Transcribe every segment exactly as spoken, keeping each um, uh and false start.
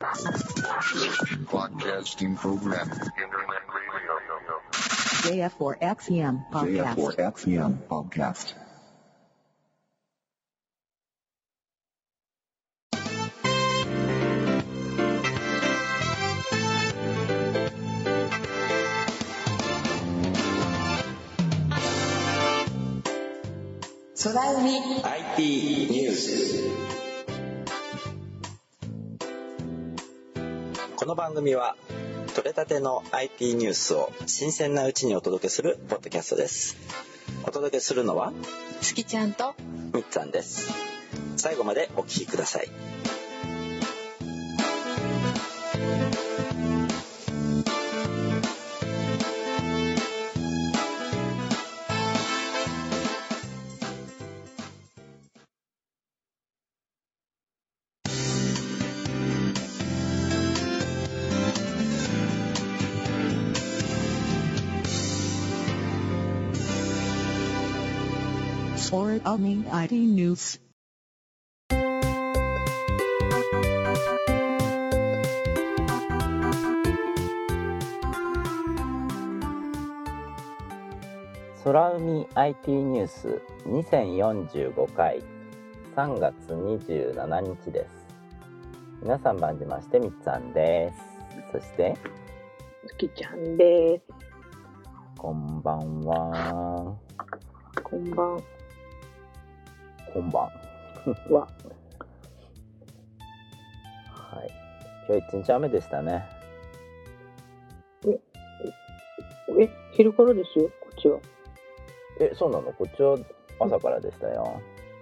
Broadcasting program. Internet radio. ジェイエフフォーエックスイーエムPodcast. ジェイエフフォーエックスイーエム Podcast. 空海アイティー ニュース。この番組は取れたての アイティー ニュースを新鮮なうちにお届けするポッドキャストです。お届けするのは月ちゃんとみっつぁんです。最後までお聞きください。 空海 アイティー ニュース。 空海 アイティー ニュースにせんよんじゅうごかいさんがつにじゅうしちにちです。皆さん番じましてみっつぁんです。そして月ちゃんです。 こんばんは。 こんばんこんばんは。 はい。今日一日雨でしたね。 え、昼からですよ、こっちは。 え、そうなの？こっちは朝からでしたよ。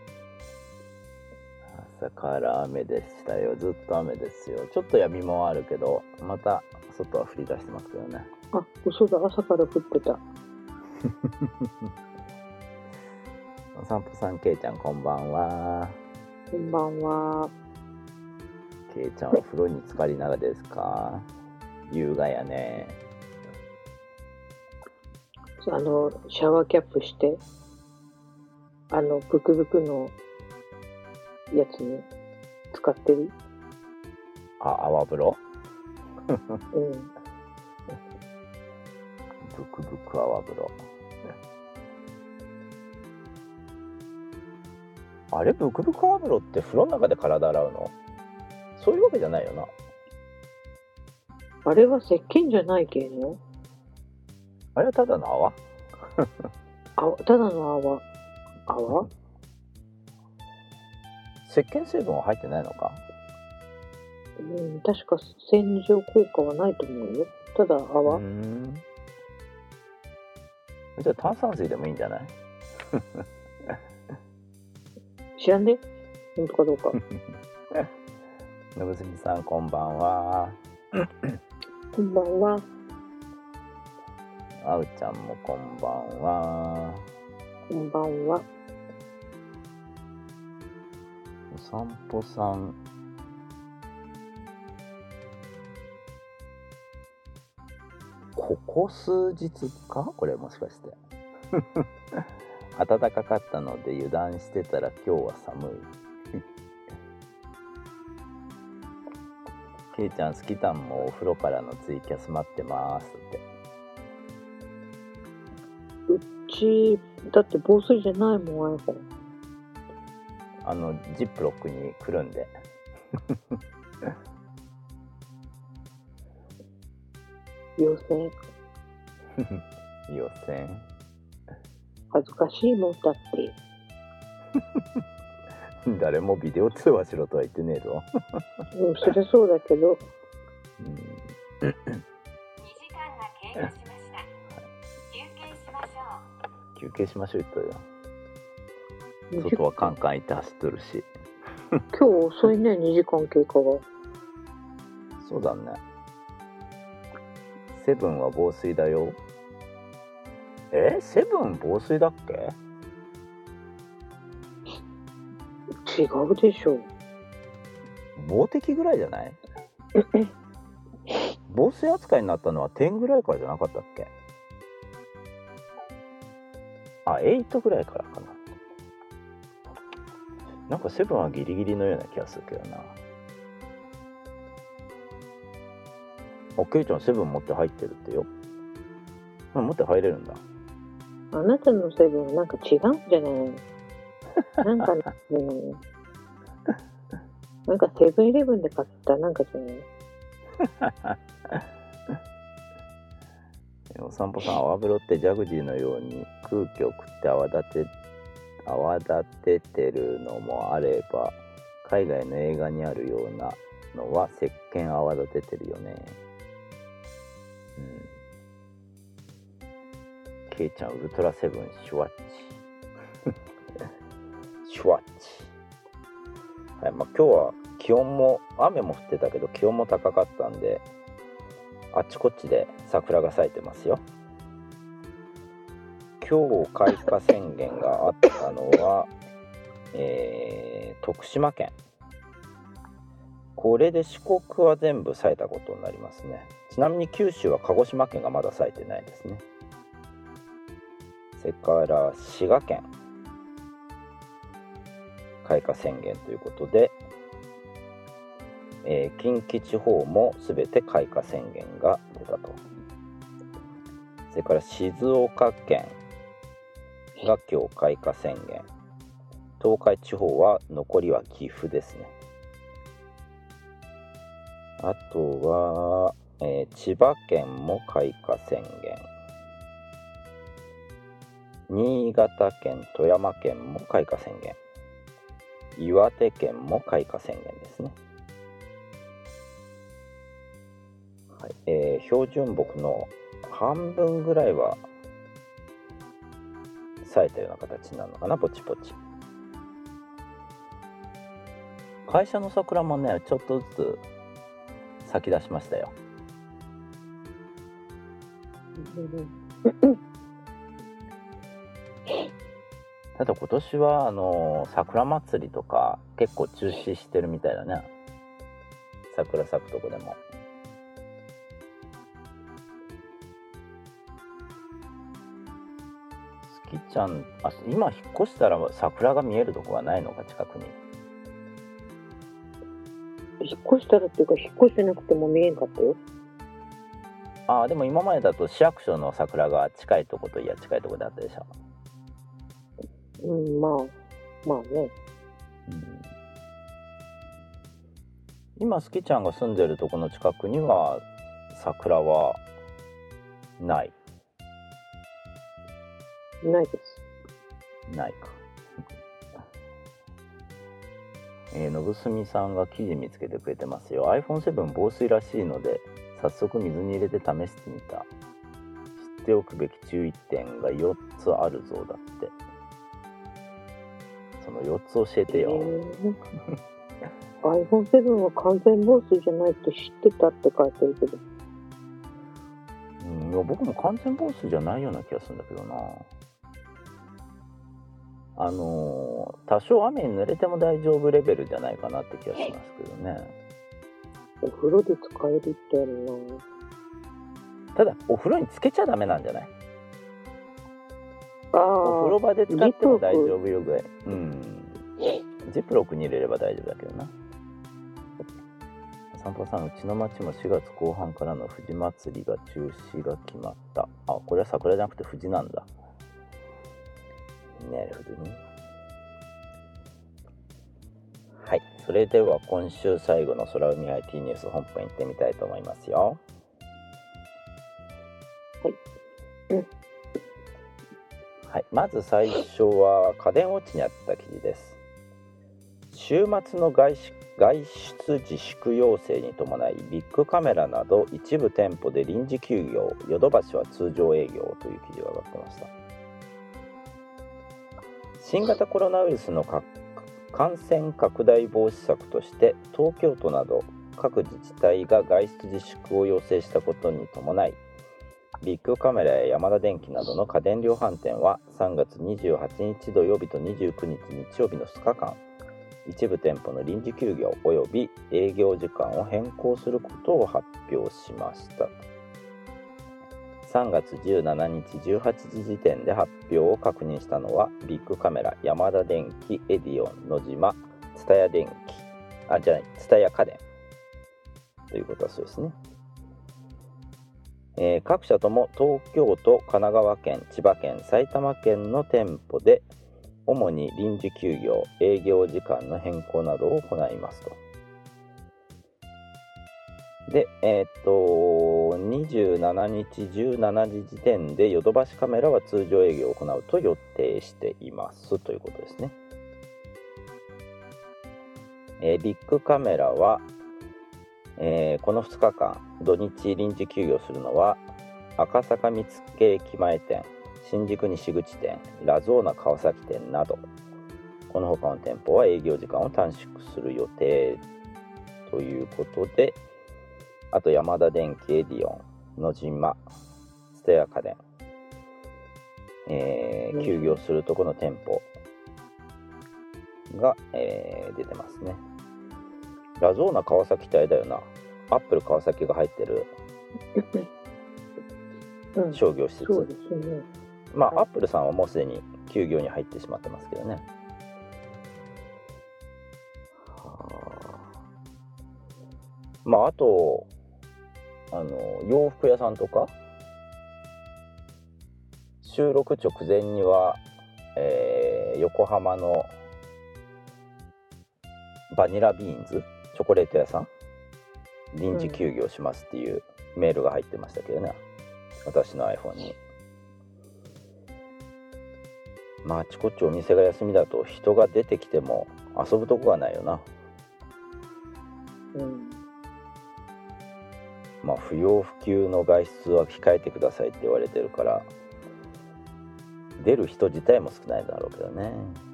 朝から雨でしたよ。ずっと雨ですよ。ちょっとやみもあるけど、また外は降り出してますけどね。 あ、嘘だ、朝から降ってた。 お散歩さん、けいちゃんこんばんは。 こんばんは。 けいちゃんは風呂に浸かりながらですか？優雅やね。 あのシャワーキャップしてあのブクブクのやつに使ってる。 あ、泡風呂うん。 ブクブク泡風呂。あれ、ブクブク泡風呂って風呂の中で体洗うの？そういうわけじゃないよな。 あれは石鹸じゃないけど、 あれはただの泡あ、ただの泡泡石鹸成分は入ってないのか？ うん、確か洗浄効果はないと思うよ。ただ泡。 うーん、じゃあ炭酸水でもいいんじゃない？ 知らんで、本当かどうか。 のぶすみさんこんばんは。 こんばんは。 あうちゃんもこんばんは。 こんばんは。 お散歩さん、ここ数日か？これもしかして暖かかったので油断してたら今日は寒いけいちゃん、すきたんもお風呂からのツイキャス待ってますって。 うちだって防水じゃないもん、iPhone。 あのジップロックにくるんで妖精。 予選恥ずかしいもんだって。 誰もビデオ通話しろとは言ってねえぞうん、そりゃそうだけど。 うんにじかんが経過しました。休憩しましょう。 休憩しましょうとよ。 にじ外はカンカンいって走っとるし。 今日遅いね、にじかん経過が。 そうだね。セブンは防水だよ。え、セブン防水だっけ？ 違うでしょ。 防滴ぐらいじゃない？防水扱いになったのはじゅうぐらいからじゃなかったっけ？あ、はちぐらいからかな。なんかセブンはギリギリのような気がするけどな。 あ、ケイちゃんセブン持って入ってるってよ。あ、持って入れるんだ。 あなたのセブンなんか違うんじゃないなんかね、なんかセブンイレブンで買ったなんかじゃないお散歩さん、泡風呂ってジャグジーのように空気を食って泡立て泡立ててるのもあれば、海外の映画にあるようなのは石鹸泡立ててるよね。うん。ケイちゃんウルトラセブンシュワッチシュワッチ。はい、まあ今日は気温も雨も降ってたけど気温も高かったんで、あっちこっちで桜が咲いてますよ。今日開花宣言があったのは、えー、徳島県。これで四国は全部咲いたことになりますね。ちなみに九州は鹿児島県がまだ咲いてないですね。それから滋賀県開花宣言ということで、えー、近畿地方もすべて開花宣言が出たと。それから静岡県が今日開花宣言。東海地方は残りは岐阜ですね。あとは、えー、千葉県も開花宣言。新潟県、富山県も開花宣言。岩手県も開花宣言ですね。はい、えー、標準木の半分ぐらいは咲いたような形になるのかな、ポチポチ。会社の桜もね、ちょっとずつ咲き出しましたよ。ただ今年はあの桜祭りとか結構中止してるみたいだね。桜咲くとこでも。好きちゃん、あ、今引っ越したら桜が見えるとこがないのか、近くに。 引っ越したらっていうか、引っ越してなくても見えんかったよ。 ああ、でも今までだと市役所の桜が近いとこといや近いとこであったでしょ。 うん、まあまあね、 うん、今好きちゃんが住んでるとこの近くには桜はないないです。 ないか。えー、のぶすみさんが記事見つけてくれてますよ。 アイフォンセブン 防水らしいので早速水に入れて試してみた。知っておくべき注意点がよっつあるぞだって。そのよっつ教えてよ。 えー、アイフォンセブン は完全防水じゃないって知ってたって書いてるけど、 うん、いや僕も完全防水じゃないような気がするんだけどな。あのー、多少雨に濡れても大丈夫レベルじゃないかなって気がしますけどね。 お風呂で使えるってあるな。 ただお風呂につけちゃダメなんじゃない？ ああ、 お風呂場で使っても大丈夫よぐらい。うん。ジップロックに入れれば大丈夫だけどな。散歩さん、うちの町もしがつこう半からの富士祭りが中止が決まった。あ、これは桜じゃなくて富士なんだ。なるほどね。はい、それでは今週最後の空海 アイティー ニュース本編行ってみたいと思いますよ。 はい、うんはい、まず最初は家電ウォッチにあった記事です。週末の外出、外出自粛要請に伴いビッグカメラなど一部店舗で臨時休業、ヨドバシは通常営業という記事が上がってました。新型コロナウイルスの感染拡大防止策として東京都など各自治体が外出自粛を要請したことに伴い、ビッグカメラやヤマダ電機などの家電量販店はさんがつにじゅうはちにち土曜日とにじゅうくにち日曜日のふつかかん、一部店舗の臨時休業および営業時間を変更することを発表しました。さんがつじゅうしちにちじゅうはちじ時点で発表を確認したのはビッグカメラ、ヤマダ電機、エディオン、ノジマ、ツタヤ電機、あ、じゃない、ツタヤ家電ということはそうですね。 えー各社とも東京都、神奈川県、千葉県、埼玉県の店舗で主に臨時休業、営業時間の変更などを行いますと。で、えーっとにじゅうしちにちじゅうしちじ時点でヨドバシカメラは通常営業を行うと予定していますということですね。えービッグカメラは、えーこのふつかかん土日臨時休業するのは赤坂見附駅前店、新宿西口店、ラゾーナ川崎店など、この他の店舗は営業時間を短縮する予定ということで、あとヤマダ電機、エディオン、ノジマ、ステア家電、えー休業するとこの店舗が、えー出てますね。ラゾーナ川崎ってあれだよな、アップル川崎が入ってるうん、 商業施設、 そうですね。 まあ、 はいアップルさんはもうすでに休業に入ってしまってますけどね。はあ、まああとあの洋服屋さんとか収録直前には、えー横浜のバニラビーンズチョコレート屋さん臨時休業しますっていうメールが入ってましたけどね、私の iPhone に。まああちこちお店が休みだと人が出てきても遊ぶとこがないよな。 うん。 まあ不要不急の外出は控えてくださいって言われてるから、出る人自体も少ないだろうけどね。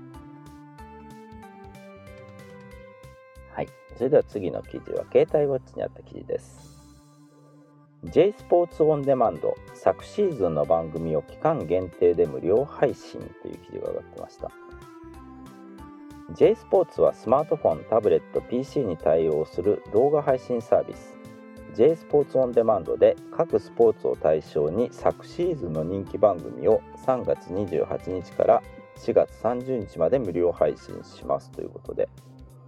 はい、それでは次の記事は携帯ウォッチにあった記事です。 J スポーツオンデマンド、昨シーズンの番組を期間限定で無料配信という記事が上がってました。 J スポーツはスマートフォン、タブレット、ピーシー に対応する動画配信サービス J スポーツオンデマンドで各スポーツを対象に昨シーズンの人気番組をさんがつにじゅうはちにちからしがつさんじゅうにちまで無料配信しますということで、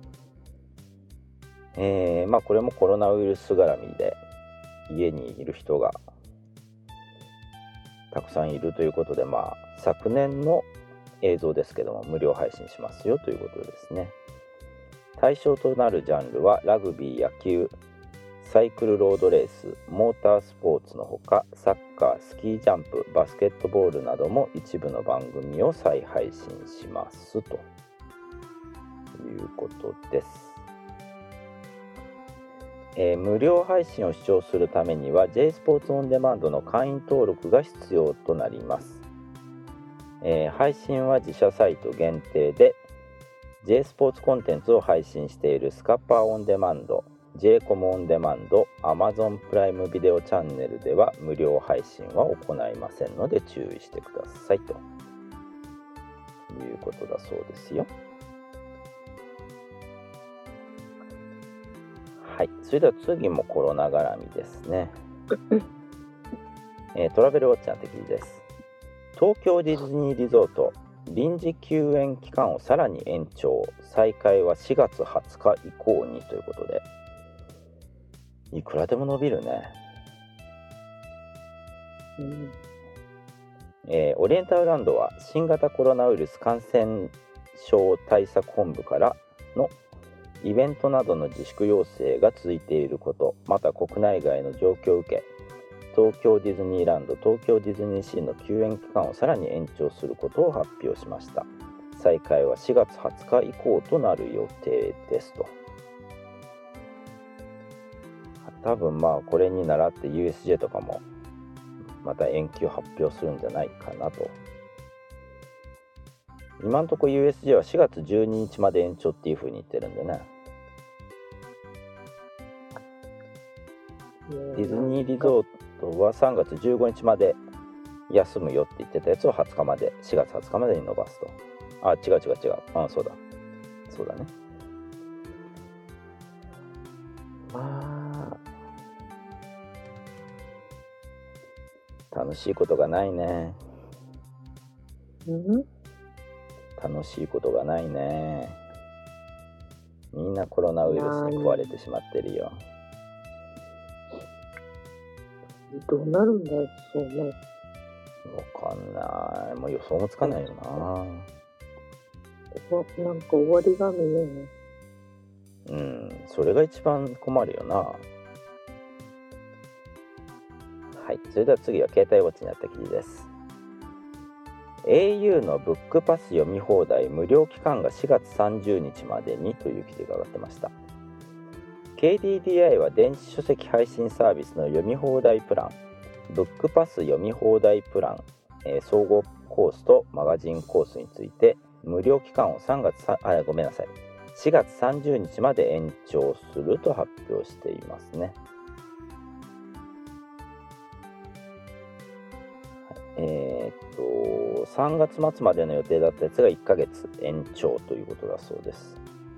えーまあ、これもコロナウイルス絡みで家にいる人がたくさんいるということで、まあ、昨年の映像ですけども無料配信しますよということですね。対象となるジャンルはラグビー、野球、サイクルロードレース、モータースポーツのほかサッカー、スキージャンプ、バスケットボールなども一部の番組を再配信しますということです。えー、無料配信を視聴するためには J スポーツオンデマンドの会員登録が必要となります。えー、配信は自社サイト限定で J スポーツコンテンツを配信しているスカッパーオンデマンド、 J コムオンデマンド、 Amazon プライムビデオチャンネルでは無料配信は行いませんので注意してくださいということだそうですよ。はい、それでは次もコロナ絡みですね。えー、トラベルウォッチャー的です。東京ディズニーリゾート臨時休園期間をさらに延長、再開はしがつはつか以降にということで、いくらでも伸びるね。 うんえーオリエンタルランドは新型コロナウイルス感染症対策本部からのイベントなどの自粛要請が続いていること、また国内外の状況を受け、東京ディズニーランド、東京ディズニーシーの休園期間をさらに延長することを発表しました。再開はしがつはつか以降となる予定ですと。多分まあこれに倣って ユーエスジェー とかもまた延期を発表するんじゃないかなと。今のところ ユーエスジェー はしがつじゅうににちまで延長っていう風に言ってるんでね。ディズニーリゾートはさんがつじゅうごにちまで休むよって言ってたやつをはつかまで、しがつはつかまでに伸ばすと。あ、違う違う違う。あ、そうだ。そうだね。まあ、楽しいことがないね。 うん楽しいことがないね。みんなコロナウイルスに食われてしまってるよ。 どうなるんだそうね。 わかんない。もう予想もつかないよな。 ここなんか終わりが見えねうん、それが一番困るよな。はい、それでは次は携帯ウォッチになった記事です。 エーユー のブックパス読み放題無料期間がしがつさんじゅうにちまでにという記事が上がってました。 ケーディーディーアイ は電子書籍配信サービスの読み放題プラン、ブックパス読み放題プラン、えー、総合コースとマガジンコースについて無料期間をさんがつさあごめんなさいしがつさんじゅうにちまで延長すると発表していますね。はい、えー、っとさんがつ末までの予定だったやつがいっかげつ延長ということだそうです。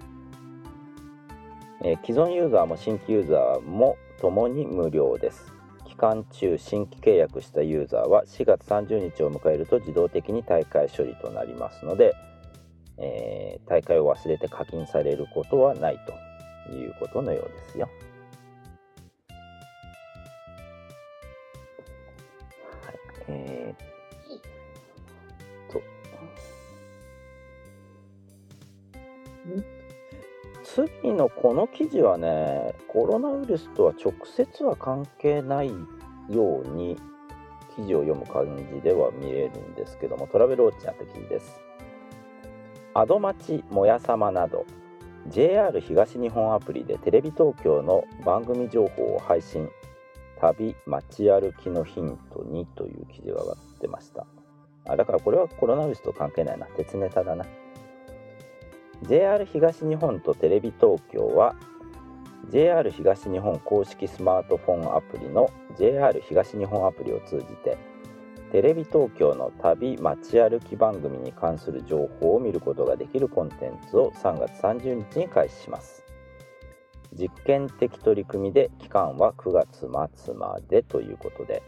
えー、既存ユーザーも新規ユーザーもともに無料です。期間中新規契約したユーザーはしがつさんじゅうにちを迎えると自動的に退会処理となりますので、えー、退会を忘れて課金されることはないということのようですよ。はい、えー、と次のこの記事はね、コロナウイルスとは直接は関係ないように記事を読む感じでは見えるんですけども、トラベルウォッチにあった記事です。アドマチもやさまなど ジェイアール 東日本アプリでテレビ東京の番組情報を配信、旅街歩きのヒントにという記事が上がってました。あ、だからこれはコロナウイルスと関係ないな、鉄ネタだな。ジェイアール 東日本とテレビ東京は ジェイアール 東日本公式スマートフォンアプリの ジェイアール 東日本アプリを通じてテレビ東京の旅街歩き番組に関する情報を見ることができるコンテンツをさんがつさんじゅうにちに開始します。実験的取り組みで期間はくがつ末までということで、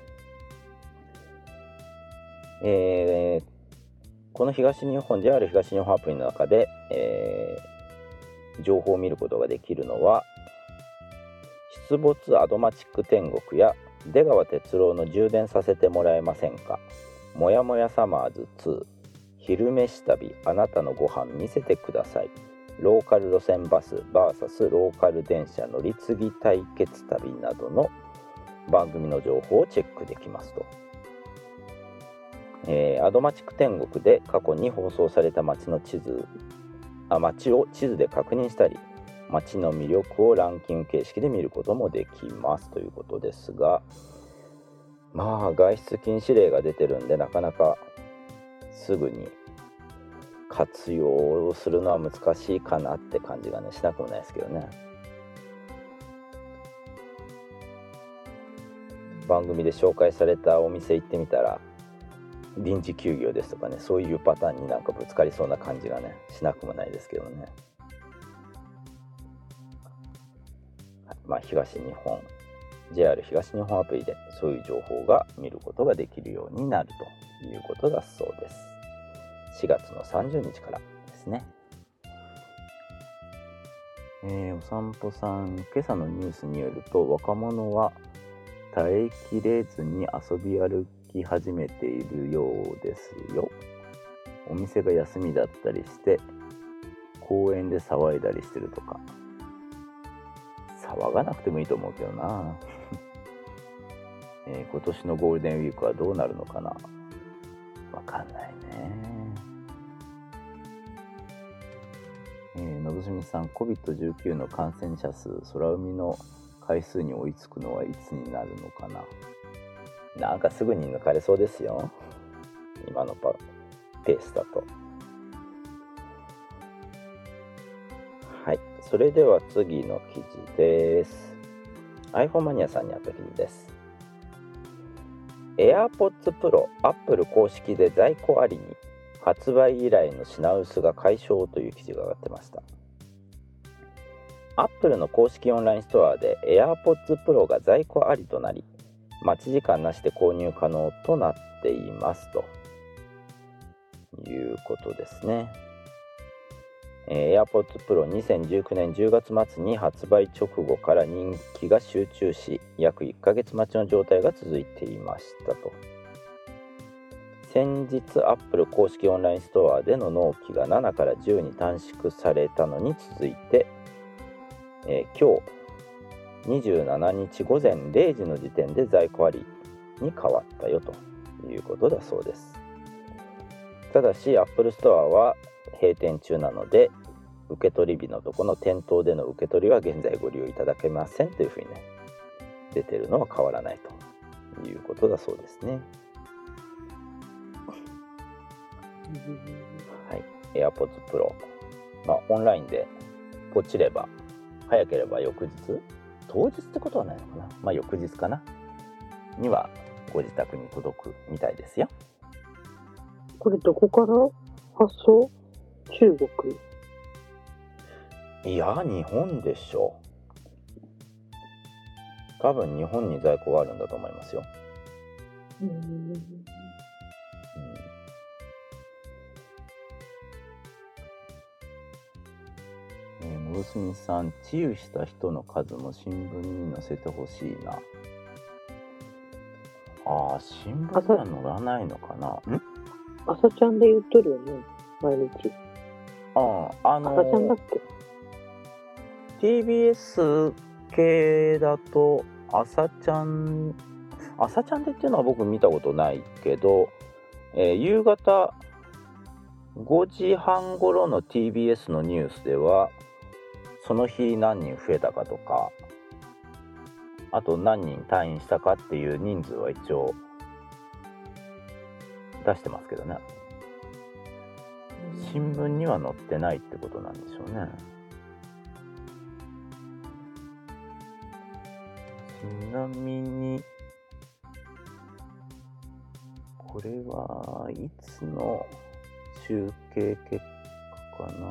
えーこの東日本 ジェイアール 東日本アプリの中で、えー、情報を見ることができるのは出没アドマチック天国や出川哲朗の充電させてもらえませんか、もやもやサマーズツー、昼飯旅あなたのご飯見せてください、ローカル路線バス ブイエス ローカル電車乗り継ぎ対決旅などの番組の情報をチェックできますと。えー、アドマチック天国で過去に放送された街の地図あ街を地図で確認したり、街の魅力をランキング形式で見ることもできますということですが、まあ外出禁止令が出てるんでなかなかすぐに活用するのは難しいかなって感じがねしなくもないですけどね。番組で紹介されたお店行ってみたら臨時休業ですとかね、そういうパターンになんかぶつかりそうな感じがねしなくもないですけどね。まあ東日本 ジェイアール 東日本アプリでそういう情報が見ることができるようになるということだそうです。しがつのさんじゅうにちからですね。えー、お散歩さん、今朝のニュースによると若者は耐えきれずに遊び歩き始めているようですよ。お店が休みだったりして公園で騒いだりしてるとか。騒がなくてもいいと思うけどな、えー、今年のゴールデンウィークはどうなるのかな、わかんないね。えー、のぶすみさん、 コビッドじゅうきゅう の感染者数空海の回数に追いつくのはいつになるのかな。なんかすぐに抜かれそうですよ、今のパペースだと。はい、それでは次の記事です。 iPhone マニアさんにあった記事です。 AirPods Pro アップル公式で在庫ありに発売以来の品薄が解消という記事が上がってました。アップルの公式オンラインストアで AirPods Pro が在庫ありとなり、待ち時間なしで購入可能となっていますということですね。 えー、AirPods Pro にせんじゅうきゅうねんじゅうがつ末に発売直後から人気が集中し、約いっかげつ待ちの状態が続いていましたと。先日 Apple 公式オンラインストアでの納期がななからじゅうに短縮されたのに続いて、えー、今日にじゅうしちにちごぜんれいじの時点で在庫ありに変わったよということだそうです。ただし Apple ストアは閉店中なので、受け取り日のとこの店頭での受け取りは現在ご利用いただけませんというふうにね、出てるのは変わらないということだそうですね。はい、AirPods Pro、まあ、オンラインでポチれば早ければ翌日、当日ってことはないのかな、まあ翌日かなにはご自宅に届くみたいですよ。 これどこから発送？中国？ いや、日本でしょう。多分日本に在庫があるんだと思いますよ。 うーん。 うんえー、のぶすみさん、治癒した人の数も新聞に載せてほしいな。ああ、新聞には載らないのかな。ん？ 朝ちゃんで言っとるよね、毎日。 ああ、あの朝ちゃんだっけ？ ティービーエス 系だと朝ちゃん、朝ちゃんでっていうのは僕見たことないけど、えー、夕方ごじはん頃の ティービーエス のニュースではその日何人増えたかとか、あと何人退院したかっていう人数は一応出してますけどね。新聞には載ってないってことなんでしょうね。ちなみにこれはいつの集計結果かな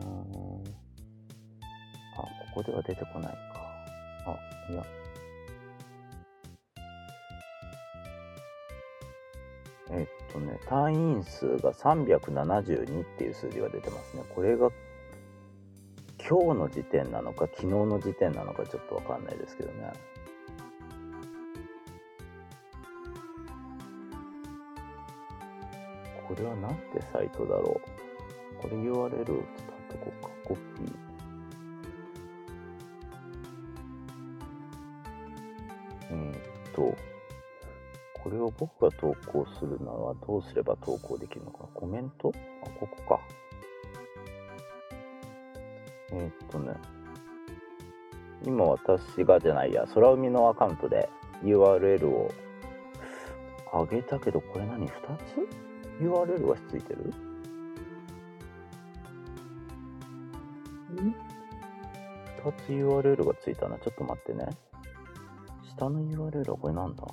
あ、ここでは出てこないか。あ、いやえっとね、退院数がさんびゃくななじゅうにっていう数字が出てますね。これが今日の時点なのか昨日の時点なのかちょっとわかんないですけどね。これはなんてサイトだろう。これ ユーアールエル ちょっと貼っとこうか。コピー。えー、っとこれを僕が投稿するのはどうすれば投稿できるのかな。コメント？あ、ここか。えー、っとね、今私がじゃないや、空海のアカウントで ユーアールエル を上げたけど、これ何？ふたつ ユーアールエル がついてる？ん？ふたつ ユーアールエル がついたな。ちょっと待ってね。下の ユーアールエル はこれなんだ？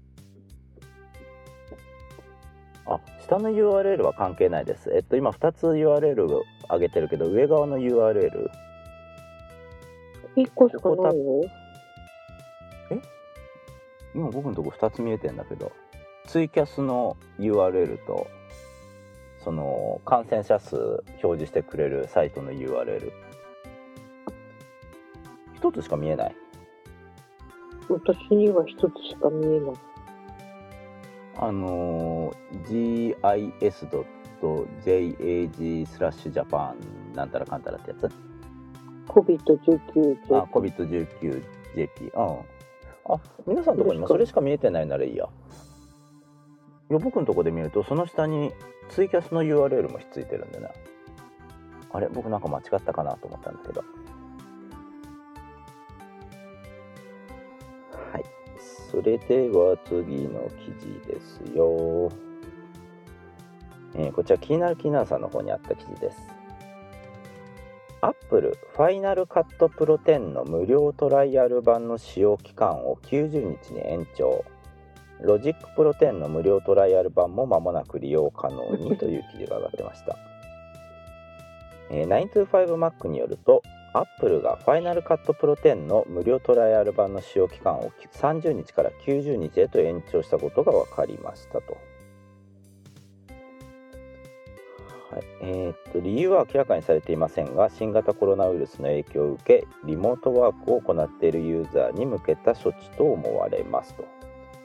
あ、下の ユーアールエル は関係ないです。えっと今ふたつ ユーアールエル を上げてるけど、上側の ユーアールエルいっこしかないよ。 え？今僕のとこふたつ見えてんだけど、ツイキャスの ユーアールエル とその感染者数表示してくれるサイトの ユーアールエル、ひとつしか見えない。 私には一つしか見えない。 あのー、ジーアイエスドットジェイエージー スラッシュジャパンなんたらかんたらってやつ。 コビッドじゅうきゅうあ、コビッドじゅうきゅうジェーピー。 うん。あ、皆さんのところにもそれしか見えてないならいいや。いや、僕のところで見るとその下にツイキャスの ユーアールエル もひっついてるんでね。あれ、僕なんか間違ったかなと思ったんだけど。はい、それでは次の記事ですよ。えー、こちら気になる気になるさんの方にあった記事です。Apple Final Cut Pro テンの無料トライアル版の使用期間をきゅうじゅうにちに延長。Logic Pro テンの無料トライアル版も間もなく利用可能にという記事が上がってました。えー、ナイントゥーファイブマック によると、Apple が Final Cut Pro テンの無料トライアル版の使用期間をさんじゅうにちからきゅうじゅうにちへと延長したことが分かりましたと。 はい、えー、っと理由は明らかにされていませんが、新型コロナウイルスの影響を受けリモートワークを行っているユーザーに向けた措置と思われますと。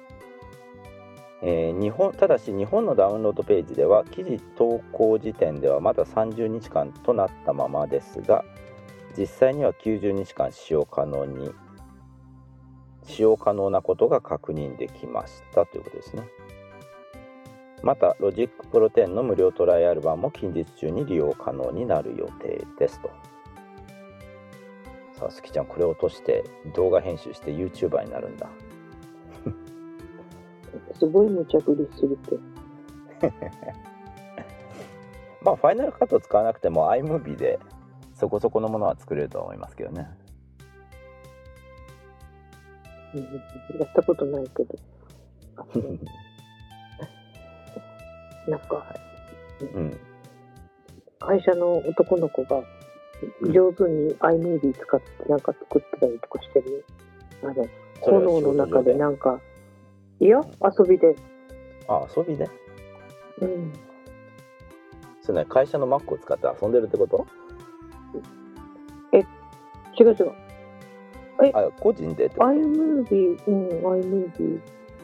えー、日本ただし日本のダウンロードページでは記事投稿時点ではまださんじゅうにちかんとなったままですが、実際にはきゅうじゅうにちかん使用可能に使用可能なことが確認できましたということですね。また Logic Pro テンの無料トライアル版も近日中に利用可能になる予定ですと。さあすきちゃん、これを落として動画編集して YouTuber になるんだ。 すごい無茶ぶりするってまあファイナルカットを使わなくても iMovie でそこそこのものは作れると思いますけどね。 やったことないけどなんか、 うん、 会社の男の子が上手に iMovie 使ってなんか作ってたりとかしてる。あの炎の中でなんか、いや遊びで。 あ、遊びで。 うん。 それね、会社の Mac を使って遊んでるってこと？ え、違う違う。え、 あ、個人でってこと？ iMovie、うん、iMovie。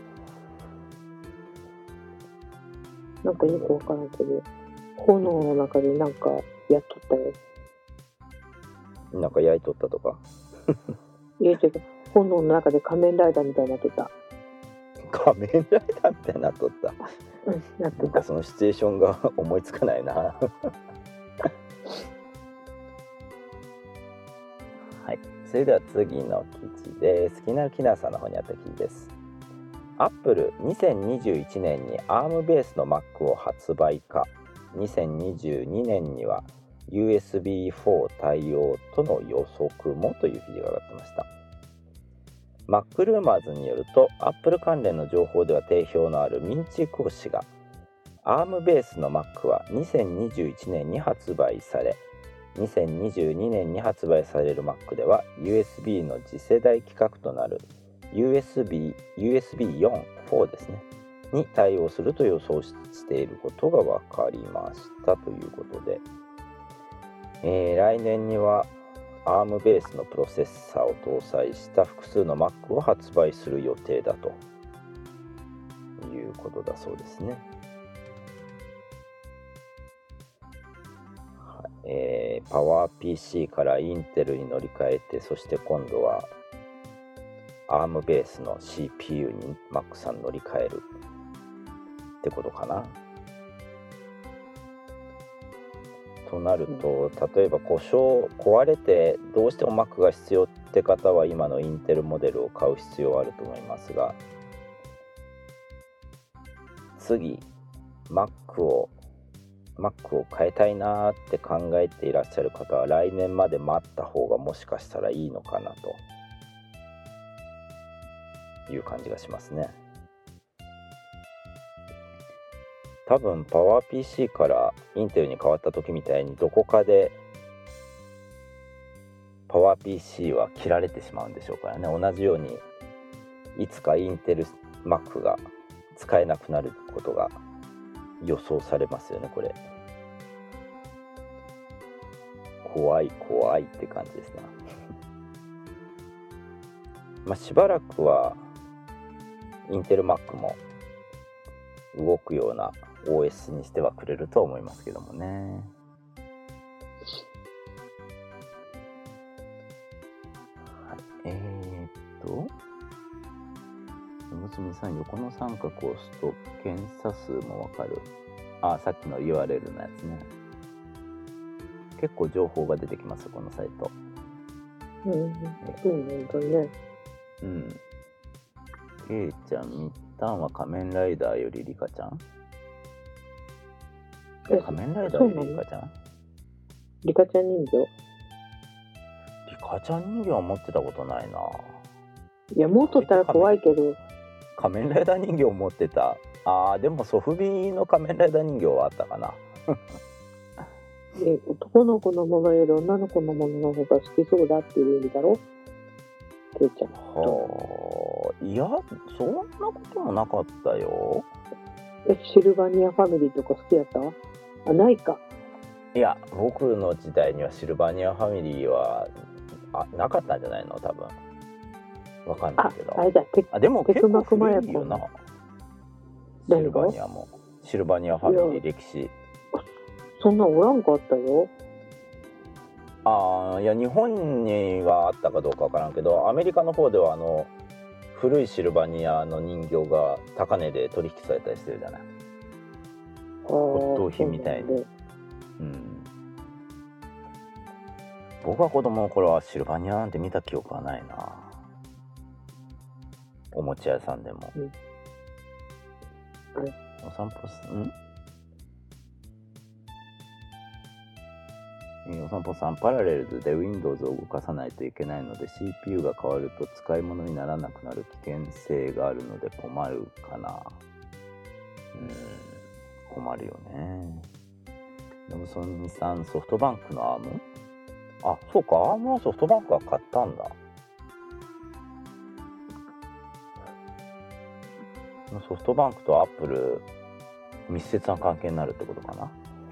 なんかよくわからんけど、炎の中でなんかやっとったよ。 なんか焼いとったとか？ いや違う、炎の中で仮面ライダーみたいになっとった。 仮面ライダーみたいになっとった。 うん、なっとった。 なんかそのシチュエーションが思いつかないな。はい、それでは次の記事です。気になるキナーさんの方にあった記事です。アップルにせんにじゅういちねんに アーム ベースの Mac を発売か、にせんにじゅうにねんには ユーエスビーフォー 対応との予測もという記事が上がってました。MacRumors によると Apple 関連の情報では定評のあるミンチー講師が アーム ベースの Mac はにせんにじゅういちねんに発売され、にせんにじゅうにねんに発売される Mac では ユーエスビー の次世代規格となる ユーエスビー、ユーエスビーフォー、フォーですねに対応すると予想していることが分かりましたということで、えー、来年には アーム ベースのプロセッサーを搭載した複数の Mac を発売する予定だということだそうですね。はい、えー、パワー ピーシー からインテルに乗り換えて、そして今度は アーム ベースの シーピーユー に Mac さん乗り換えるってことかな。となると、例えば故障壊れてどうしても Mac が必要って方は今のインテルモデルを買う必要はあると思いますが、次 Mac を Mac を変えたいなって考えていらっしゃる方は来年まで待った方がもしかしたらいいのかなという感じがしますね。多分パワー ピーシー からインテルに変わった時みたいにどこかでパワー ピーシー は切られてしまうんでしょうからね。同じようにいつかインテル Mac が使えなくなることが予想されますよね。これ怖い怖いって感じですね。まあしばらくはインテル Mac も動くような オーエス にしてはくれると思いますけどもね。はい、えー、っとむつみさん、横の三角を押すと検査数もわかる。あ、さっきの ユーアールエル のやつね。結構情報が出てきますこのサイト。 うん、そうなんだね。 うん。けいちゃん、みったんは仮面ライダーよりリカちゃん？仮面ライダーよりリカちゃん？ リカちゃん人形？ リカちゃん人形は持ってたことないな。 いや、持っとったら怖いけど。 仮面ライダー人形持ってた。あー、でもソフビの仮面ライダー人形はあったかな。 え、男の子のものより女の子のものの方が好きそうだっていう意味だろ？ケイちゃん。 はあ、いや、そんなこともなかったよ。 え、シルバニアファミリーとか好きやった？あ、ないか。 いや僕の時代にはシルバニアファミリーはあなかったんじゃないの多分。わかんないけど。 あれじゃテあでも結構テクマクマヤ古いよな。 何がシルバニアもシルバニアファミリー歴史。 そんなおらんかったよ。 ああいや日本にはあったかどうかわからんけどアメリカの方ではあの古いシルバニアの人形が高値で取引されたりしてるじゃない。骨董品みたいに。うん。僕は子供の頃はシルバニアなんて見た記憶はないな。おもちゃ屋さんでも。 うんうん、 お散歩すん？お散歩さん、パラレルズで Windows を動かさないといけないので シーピーユー が変わると使い物にならなくなる危険性があるので困るかな。うーん、困るよね。でもそのにさん、ソフトバンクのアーム？あ、そうか、アームはソフトバンクが買ったんだ。ソフトバンクとアップル密接な関係になるってことかな。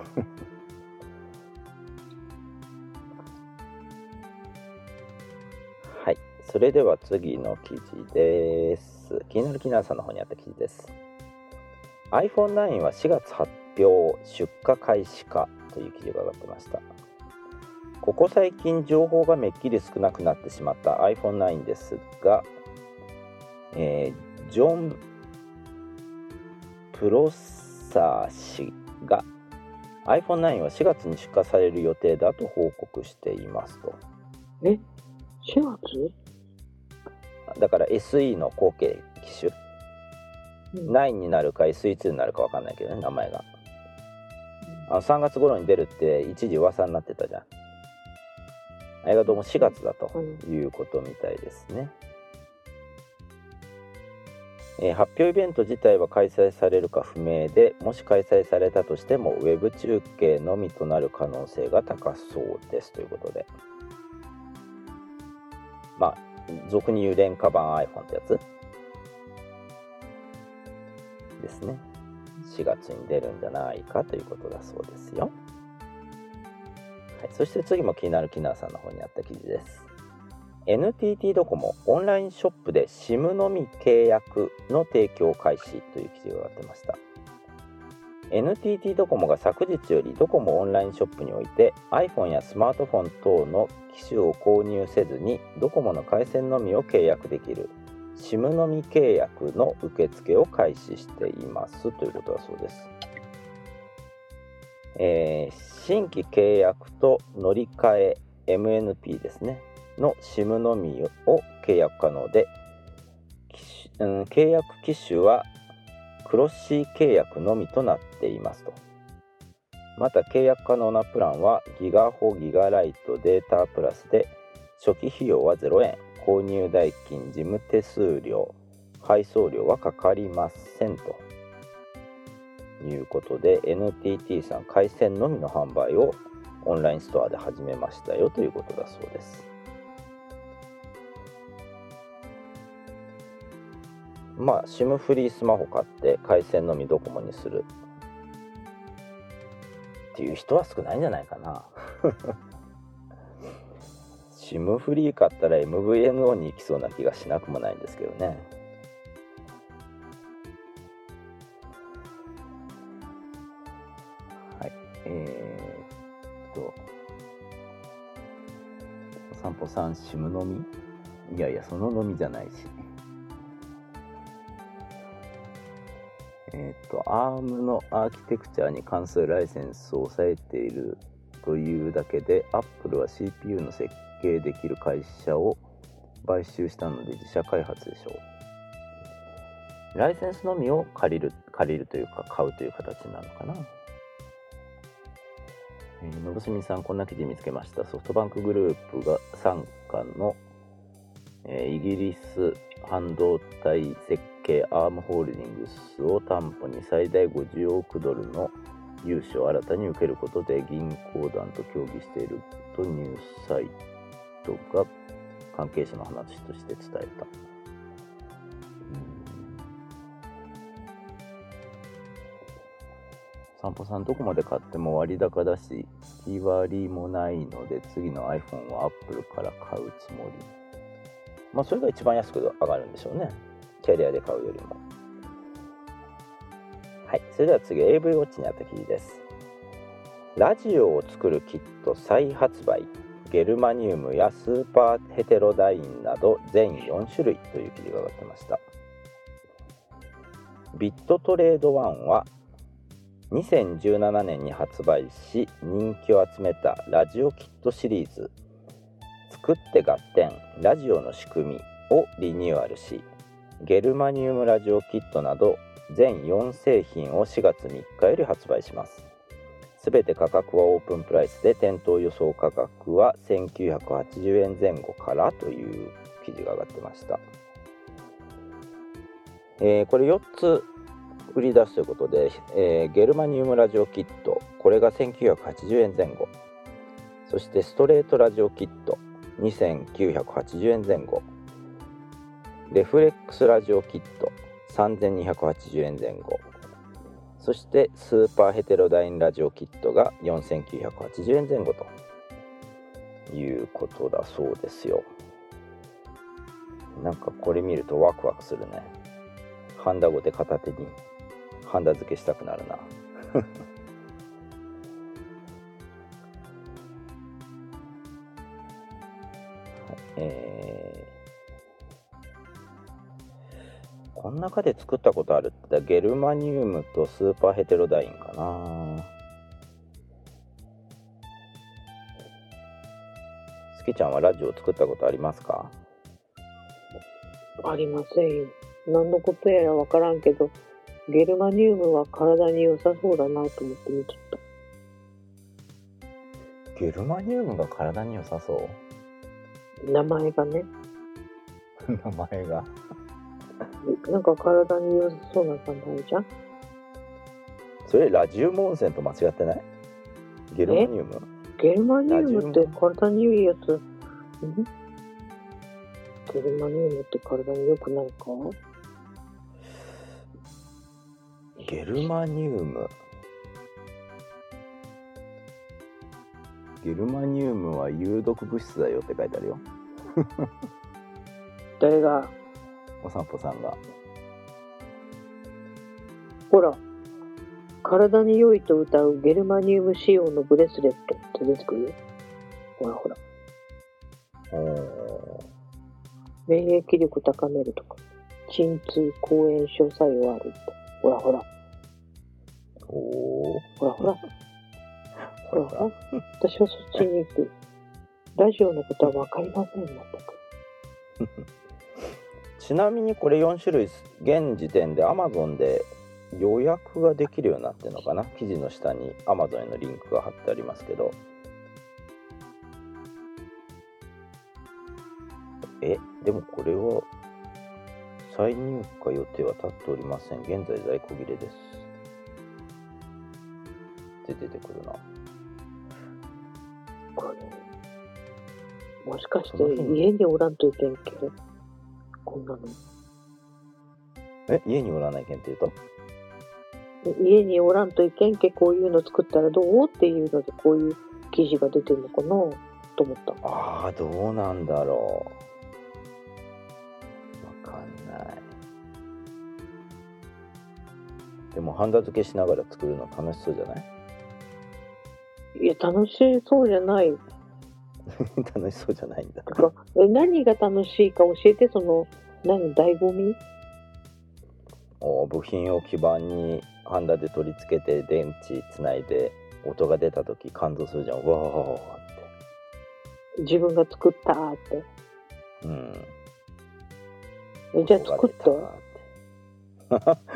はい、それでは次の記事です。気になるキナーさんの方にあった記事です。 アイフォンナイン はしがつ発表、出荷開始かという記事が上がってました。ここ最近情報がめっきり少なくなってしまった アイフォンナイン ですが、えー、ジョン・プロッサー氏が アイフォンナイン はしがつに出荷される予定だと報告していますと。 え、しがつ？ だから エスイー の後継機種、うん、ナインになるか エスイーツー になるか分かんないけどね、名前が。あのさんがつ頃に出るって一時噂になってたじゃん。あれがどうもしがつだということみたいですね。えー、発表イベント自体は開催されるか不明で、もし開催されたとしてもウェブ中継のみとなる可能性が高そうですということで、まあ俗に言う廉価版 iPhone ってやつですね。しがつに出るんじゃないかということだそうですよ。はい、そして次も気になるキナーさんの方にあった記事です。 エヌティーティー ドコモオンラインショップで SIM のみ契約の提供開始という記事が上がってました。 エヌティーティー ドコモが昨日よりドコモオンラインショップにおいて iPhone やスマートフォン等の機種を購入せずにドコモの回線のみを契約できる SIM のみ契約の受付を開始していますということだそうです。えー、新規契約と乗り換え エムエヌピー ですねの SIM のみを契約可能で、機種、うん、契約機種はクロッシー契約のみとなっていますと。また契約可能なプランはギガホギガライトデータプラスで初期費用はゼロえん、購入代金、事務手数料、配送料はかかりませんということで、 エヌティーティー さん回線のみの販売をオンラインストアで始めましたよということだそうです。まあ SIM フリースマホ買って回線のみドコモにするっていう人は少ないんじゃないかな。SIM フリー買ったら エムブイエヌオー に行きそうな気がしなくもないんですけどね。はい、えー、っとお散歩さん SIM のみ？いやいやそののみじゃないし。えっと、アーム のアーキテクチャに関するライセンスを抑えているというだけで Apple は シーピーユー の設計できる会社を買収したので自社開発でしょう。ライセンスのみを借りる借りるというか買うという形になるのかな。えー、のぶすみさん、こんな記事見つけました。ソフトバンクグループが傘下の、えー、イギリス半導体設計アームホールディングスを担保に最大ごじゅうおくドルの融資を新たに受けることで銀行団と協議しているとニュースサイトが関係者の話として伝えた。散歩さん、どこまで買っても割高だしち割もないので、次の iPhone は Apple から買うつもり。まあそれが一番安く上がるんでしょうね、キャリアで買うよりも。はい、それでは次 エーブイ ウォッチにあった記事です。ラジオを作るキット再発売、ゲルマニウムやスーパーヘテロダインなど全よん種類という記事が上がってました。ビットトレードワンはにせんじゅうななねんに発売し人気を集めたラジオキットシリーズ、作って合点ラジオの仕組みをリニューアルし、ゲルマニウムラジオキットなど全よん製品をしがつみっかより発売します。すべて価格はオープンプライスで、店頭予想価格はせんきゅうひゃくはちじゅうえんぜん後からという記事が上がってました。えー、これよっつ売り出すということで、えー、ゲルマニウムラジオキット、これがせんきゅうひゃくはちじゅうえんぜん後、そしてストレートラジオキットにせんきゅうひゃくはちじゅうえんぜん後、レフレックスラジオキットさんぜんにひゃくはちじゅうえんぜん後、そしてスーパーヘテロダインラジオキットがよんせんきゅうひゃくはちじゅうえんぜん後ということだそうですよ。なんかこれ見るとワクワクするね。ハンダゴテ片手にハンダ付けしたくなるな。えー、この中で作ったことあるってゲルマニウムとスーパーヘテロダインかな。すきちゃんはラジオ作ったことありますか？ ありませんよ。何のことやらわからんけど、ゲルマニウムは体に良さそうだなと思って見とった。 ゲルマニウムが体に良さそう？ 名前がね。 名前がなんか体に良さそうな名前じゃん。 それラジウム温泉と間違ってない？ゲルマニウム？ ゲルマニウムって体に良いやつ。ん？ゲルマニウムって体に良くないか？ ゲルマニウムゲルマニウムは有毒物質だよって書いてあるよ。 誰が？ お散歩さんが。 ほら、体に良いと謳うゲルマニウム仕様のブレスレットって出てくるよ。ほらほら。 お免疫力高めるとか、鎮痛抗炎症作用あるって。ほらほら。 おほらほら。ほらほら。私はそっちに行く。ラジオのことは分かりません、全く。 ちなみにこれよん種類、現時点で Amazon で予約ができるようになってるのかな。記事の下に Amazon へのリンクが貼ってありますけど、え、でもこれは再入荷予定は立っておりません。現在在庫切れです。で出てくるな。 これもしかして家におらんといけんけど、こんなの。 え、家におらないけんって言うと？ 家におらんといけんけ、こういうの作ったらどうっていうのでこういう記事が出てるのかなと思った。 ああ、どうなんだろう。わかんない。でもハンダ付けしながら作るの楽しそうじゃない？ いや、楽しそうじゃない。 楽しそうじゃないんだ。 え、何が楽しいか教えて、その何醍醐味？ お部品を基板にハンダで取り付けて電池つないで音が出た時感動するじゃん。わーって。 自分が作ったーって。 うん。 え、じゃあ作った？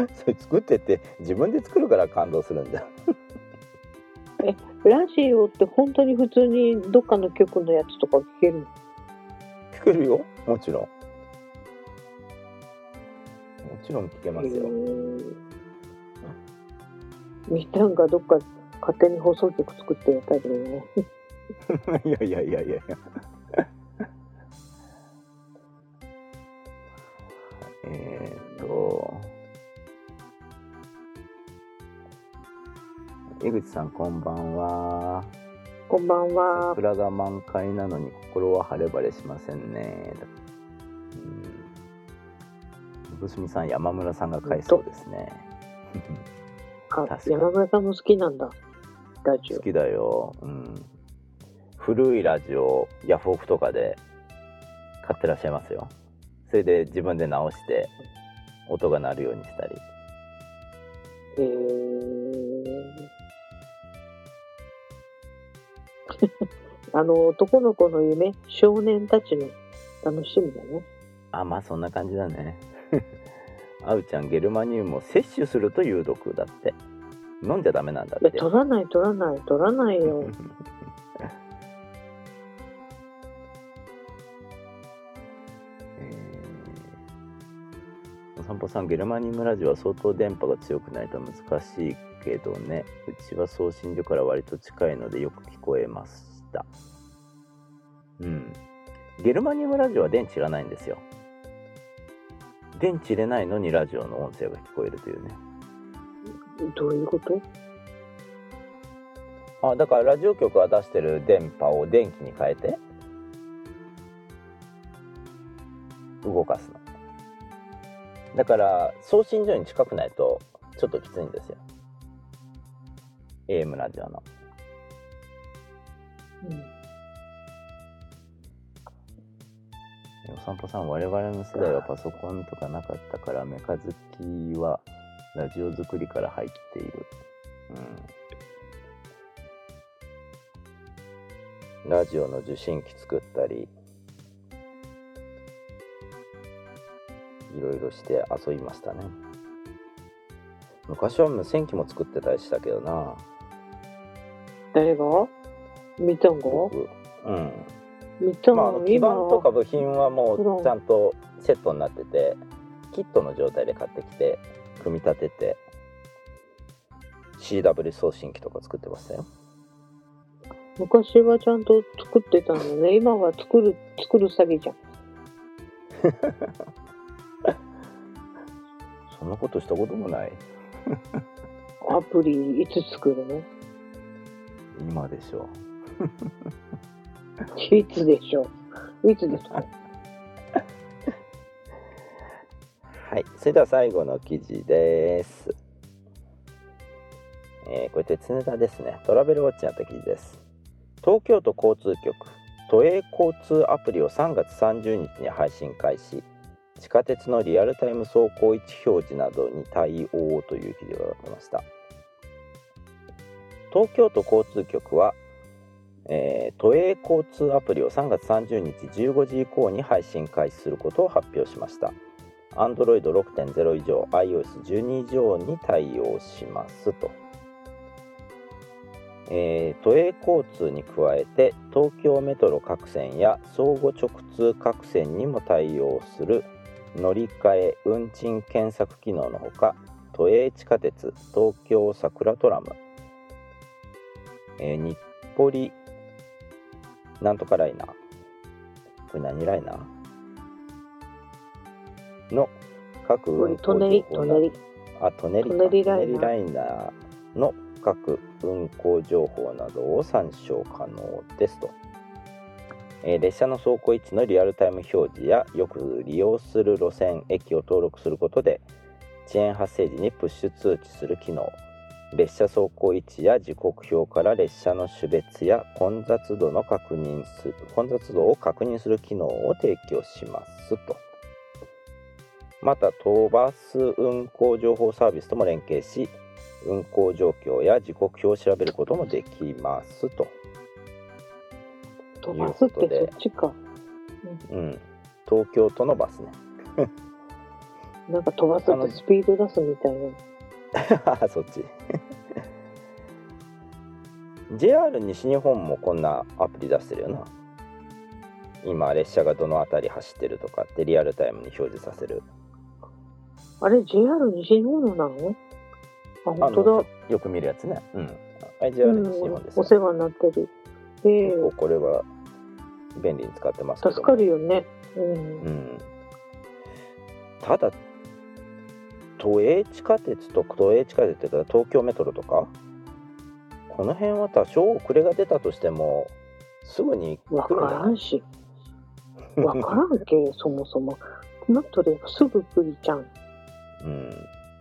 それ作ってって自分で作るから感動するんじゃん。 え、ラジオって本当に普通にどっかの曲のやつとか聞けるの？ 聞けるよ、もちろん。もちろん聞けますよ。 みんながどっか勝手に放送局作ってやったけどね。 いやいやいやいやいや。えーっと江口さんこんばんは。 こんばんは。 桜が満開なのに心は晴れ晴れしませんね。うん。ぶすみさん、山村さんが買いそうですね。 あ、 確かに山村さんも好きなんだ。ラジオ好。きだよ。うん。古いラジオヤフオクとかで買ってらっしゃいますよ。それで自分で直して音が鳴るようにしたり。 へーあの男の子の夢、少年たちの楽しみだね。 あ、まあそんな感じだね。あうちゃん、ゲルマニウムを摂取すると有毒だって。飲んじゃダメなんだいや、 って。 取らない取らない取らないよ。 お散歩さん、ゲルマニウムラジオは相当電波が強くないと難しいけどね。うちは送信所から割と近いのでよく聞こえました。うん。ゲルマニウムラジオは電池いらないんですよ。電池入れないのにラジオの音声が聞こえるというね。 どういうこと？ あ、だからラジオ局が出してる電波を電気に変えて動かすの。だから送信所に近くないとちょっときついんですよ。エーエム ラジオの。 うん。 お散歩さん、我々の世代はパソコンとかなかったからメカ好きはラジオ作りから入っている。うん。ラジオの受信機作ったりいろいろして遊びましたね。昔は無線機も作ってたりしたけどな。 誰が？みっちゃんが？ 僕。うん。 みっちゃんまあ、あの基板とか部品はもうんうちゃんとセットになってて、キットの状態で買ってきて組み立てて シーダブリュー 送信機とか作ってましたよ。 昔はちゃんと作ってたのね。今は作る作る詐欺じゃん。 そんなことしたこともない。 アプリいつ作るの？ 今でしょいつでしょう？いつですか？ はい、それでは最後の記事です。えー、これ鉄ネタですね。トラベルウォッチにあった記事です。東京都交通局、都営交通アプリをさんがつさんじゅうにちに配信開始。地下鉄のリアルタイム走行位置表示などに対応という記事が上がってました。東京都交通局は、えー、都営交通アプリをさんがつさんじゅうにちじゅうごじ以降に配信開始することを発表しました。アンドロイドろくてんゼロ 以上、アイオーエスじゅうに 以上に対応しますと。えー、都営交通に加えて東京メトロ各線や相互直通各線にも対応する乗り換え運賃検索機能のほか、都営地下鉄、東京桜トラム、えー、日暮里なんとかライナー、これ何ライナーの各運行情報なあ、トネリトネリライナートネリライナーの各運行情報などを参照可能ですと。えー、列車の走行位置のリアルタイム表示やよく利用する路線駅を登録することで遅延発生時にプッシュ通知する機能、列車走行位置や時刻表から列車の種別や混雑度の確認する混雑度を確認する機能を提供しますと。また都バス運行情報サービスとも連携し、運行状況や時刻表を調べることもできますと。 飛ばすってそっちか。 うん、東京都のバスね。 なんか飛ばすってスピード出すみたいな。 そっち。ジェイアール 西日本もこんなアプリ出してるよな。今列車がどの辺り走ってるとかってリアルタイムに表示させる。 あれ ジェイアール 西日本のなの？あ、本当だ。 よく見るやつね。うん。あれ ジェイアール 西日本ですよ、 うん、お世話になってる。えー、 結構これは便利に使ってますけど。 助かるよね。うん。うん、 ただ都営地下鉄と都営地下鉄というか東京メトロとかこの辺は多少遅れが出たとしてもすぐにわ来るんじゃない？ からんし。わからんけ、そもそも。なったらすぐ来るじゃん。 うん。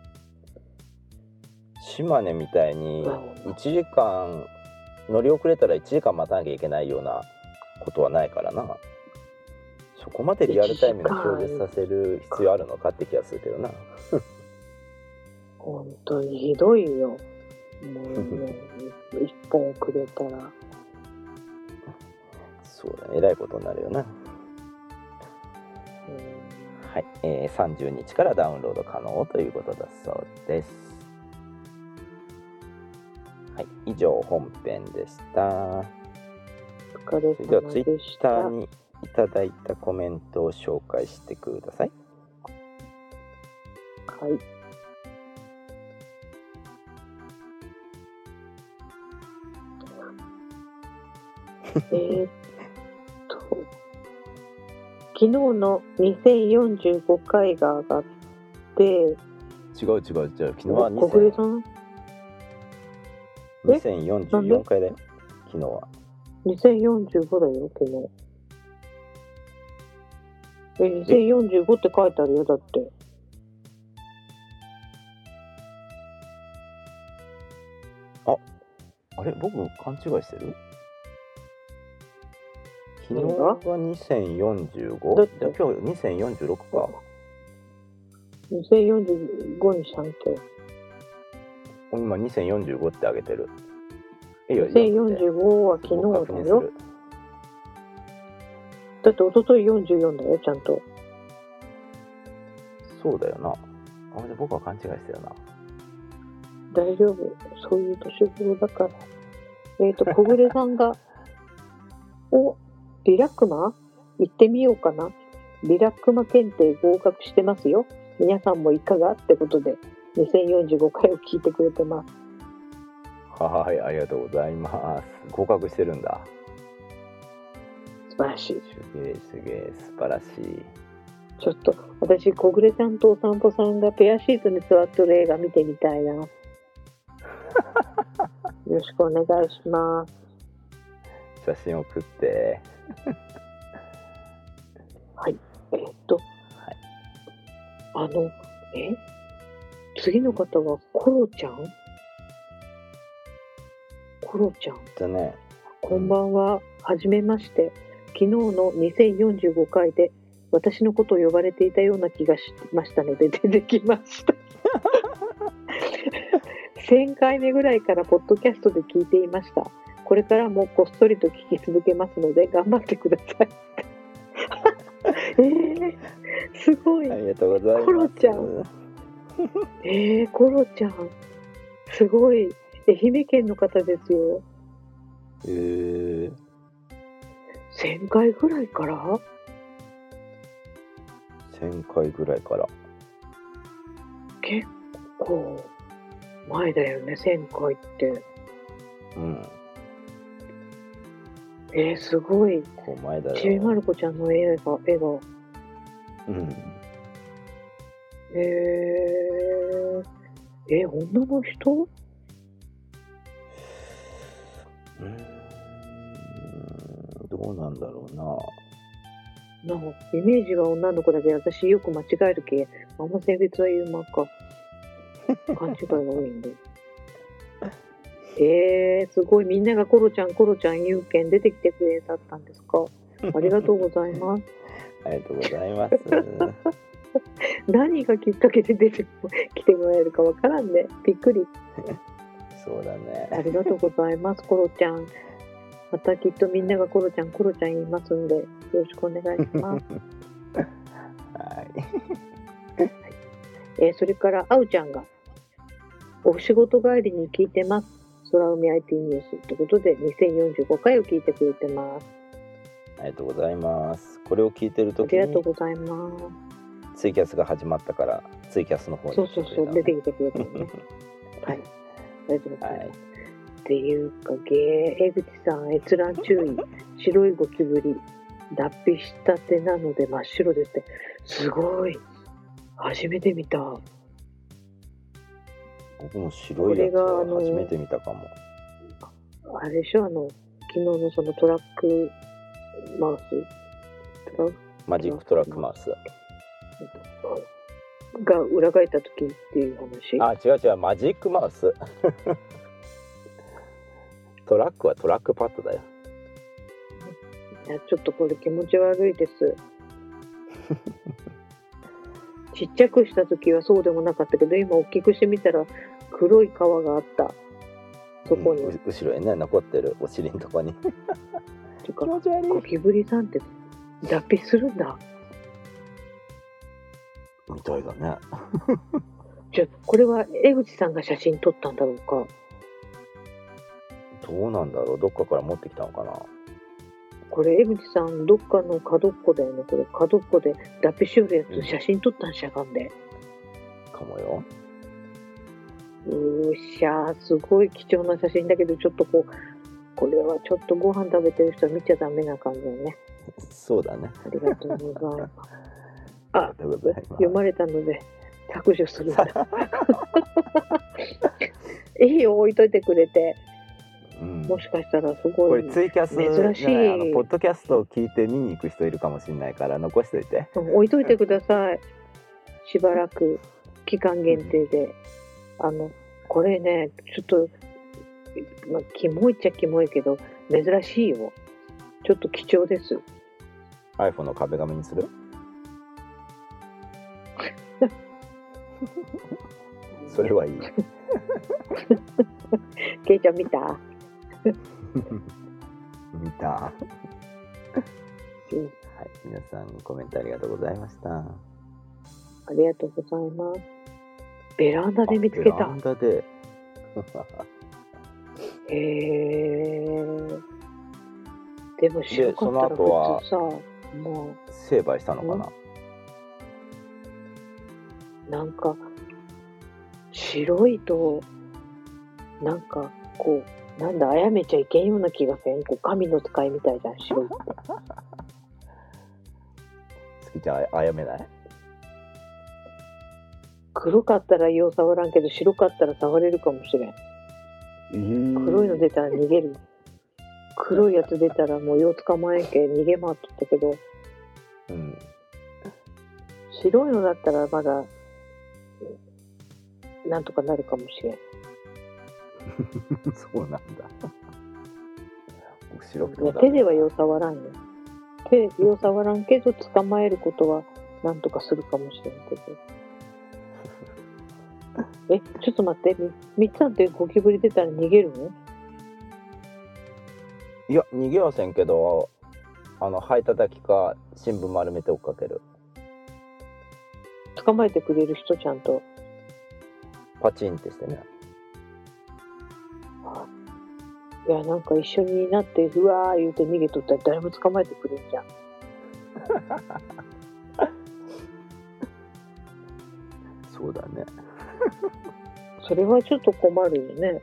島根みたいにうんいちじかん乗り遅れたらいちじかん待たなきゃいけないようなことはないからな。そこまでリアルタイムに表示させる必要あるのかって気がするけどな。 本当にひどいよ。もうね、一本遅れたら。 そうだね、えらいことになるよな。 うんはい、えー、さんじゅうにちからダウンロード可能ということだそうです。はい、以上本編でした。 お疲れそれではツイッ様でした。 ターにいただいたコメントを紹介してください。 はい。えーっと、昨日のにせんよんじゅうごかいが上がって、 違う違う違う、昨日は小暮さんにせんよんじゅうよんかいだよ。昨日はにせんよんじゅうごだよ、昨日。え、にせんよんじゅうごって書いてあるよ、だって。 あれ、僕勘違いしてる？昨日何がはにせんよんじゅうご？ だってじゃあ今日にせんよんじゅうろくか。 にせんよんじゅうごにしたんけ。 今にせんよんじゅうごってあげてる。いいよにせんよんじゅうごは昨日だよ。だって一昨日よんじゅうよんだよ、ちゃんと。 そうだよな。あれ、僕は勘違いしてるな。 大丈夫。そういう年頃だから。えっ、ー、と、小暮さんが、お、リラックマ行ってみようかな。リラックマ検定合格してますよ。皆さんもいかがってことで、にせんよんじゅうごかいを聞いてくれてます。 はい、ありがとうございます。合格してるんだ。 素晴らしい。 すげえすげえ素晴らしい。 ちょっと、私、小暮さんとお散歩さんがペアシートに座ってる映画見てみたいな。よろしくお願いします。 写真送って。 はい。えーっと、 はい、 あの、え次の方はコロちゃんコロちゃん。 じゃね。 こんばんは。はじめまして。昨日のにせんよんじゅうごかいで私のことを呼ばれていたような気がしましたので出てきました。せんかいめぐらいからポッドキャストで聞いていました。これからもこっそりと聞き続けますので頑張ってください。えー、すごい。 ありがとうございます。 コロちゃん。えー、コロちゃん。すごい。愛媛県の方ですよ。 えー、 せんかいぐらいからせんかいぐらいから。 結構前だよね、せんかいって。 うん。 えー、すごい。 こう前だよ。 ちびまる子ちゃんの絵が、絵が。 うん。 えー、え、女の人？ うーん、どうなんだろうな。 なんかイメージは女の子だけど私よく間違えるけ、あんま性別は言うまか勘違いが多いんで。えー、すごい。みんながコロちゃんコロちゃん言うけん出てきてくれだったんですか。ありがとうございます。 ありがとうございます。 何がきっかけで出てきてもらえるかわからんね。びっくり。 そうだね。 ありがとうございます、コロちゃん。またきっとみんながコロちゃんコロちゃん言いますんでよろしくお願いします。 はい。 えー、それからあうちゃんがお仕事帰りに聞いてます。空海 アイティー ニュースということでにせんよんじゅうごかいを聞いてくれてます。 ありがとうございます。これを聞いてるときありがとうにございます。 ツイキャスが始まったからツイキャスの方にそうそうそう出てきてくれたのね。はい。ありがとうございます。 はい、 っていうか、ゲー、江口さん、閲覧注意。白いゴキブリ。脱皮したてなので真っ白ですって。すごい。初めて見た。 僕も白いやつは初めて見たかも。 あれでしょ、あの昨日のそのトラックマウストラマジックトラックマウス。 が裏返った時っていう話。 あ、違う違う、マジックマウス。トラックはトラックパッドだよ。 いや、ちょっとこれ気持ち悪いです。ちっちゃくした時はそうでもなかったけど、今大きくしてみたら黒い皮があった。そこに、 うん、後ろにね残ってるお尻のとこに。 てかゴキブリさんって脱皮するんだ。 みたいだね。 じゃあこれは江口さんが写真撮ったんだろうか。 どうなんだろう、どっかから持ってきたのかな。 これ江口さんどっかの角っこだよね。これ角っこで脱皮しよるやつ写真撮ったんしゃがんで。 かもよ。 うーしゃー、すごい貴重な写真だけど、ちょっとこうこれはちょっとご飯食べてる人は見ちゃダメな感じだよね。 そうだね。 ありがとうございます。あ、 ありがとうございます。 読まれたので削除するんだ。いいよ、置いといてくれて。 うん、 もしかしたらすごいこれツイキャス珍しい、 ね、あのポッドキャストを聞いて見に行く人いるかもしれないから残しといて。 うん、置いといてください。しばらく期間限定で。あのこれね、ちょっと、まあ、キモいっちゃキモいけど珍しいよ。ちょっと貴重です。 iPhone の壁紙にする？それはいい。 ケイちゃん見た？ 見た。はい、 うん、 皆さんコメントありがとうございました。 ありがとうございます。ベランダで見つけた。 ベランダで。 へえ。でも白かったら普通さ、もう成敗したのかな。 なんか白いとなんかこうなんだ、あやめちゃいけんような気がせん。こう神の使いみたいじゃん、白い。 好きちゃんあやめない？ 黒かったらよう触らんけど白かったら触れるかもしれん。 えー、 黒いの出たら逃げる。黒いやつ出たらもうよう捕まえんけ逃げ回っとったけど、 うん、 白いのだったらまだなんとかなるかもしれん。 そうなんだ。白くても手ではよう触らんよ。手よう触らんけど捕まえることはなんとかするかもしれんけど。え、ちょっと待って、みみっつあんってゴキブリ出たら逃げるの？ いや逃げはせんけど、あのハエたたきか新聞丸めて追っかける。 捕まえてくれる人ちゃんとパチンってしてね。 いや、なんか一緒になってうわー言うて逃げとったら誰も捕まえてくれんじゃん。 そうだね。 それはちょっと困るよね。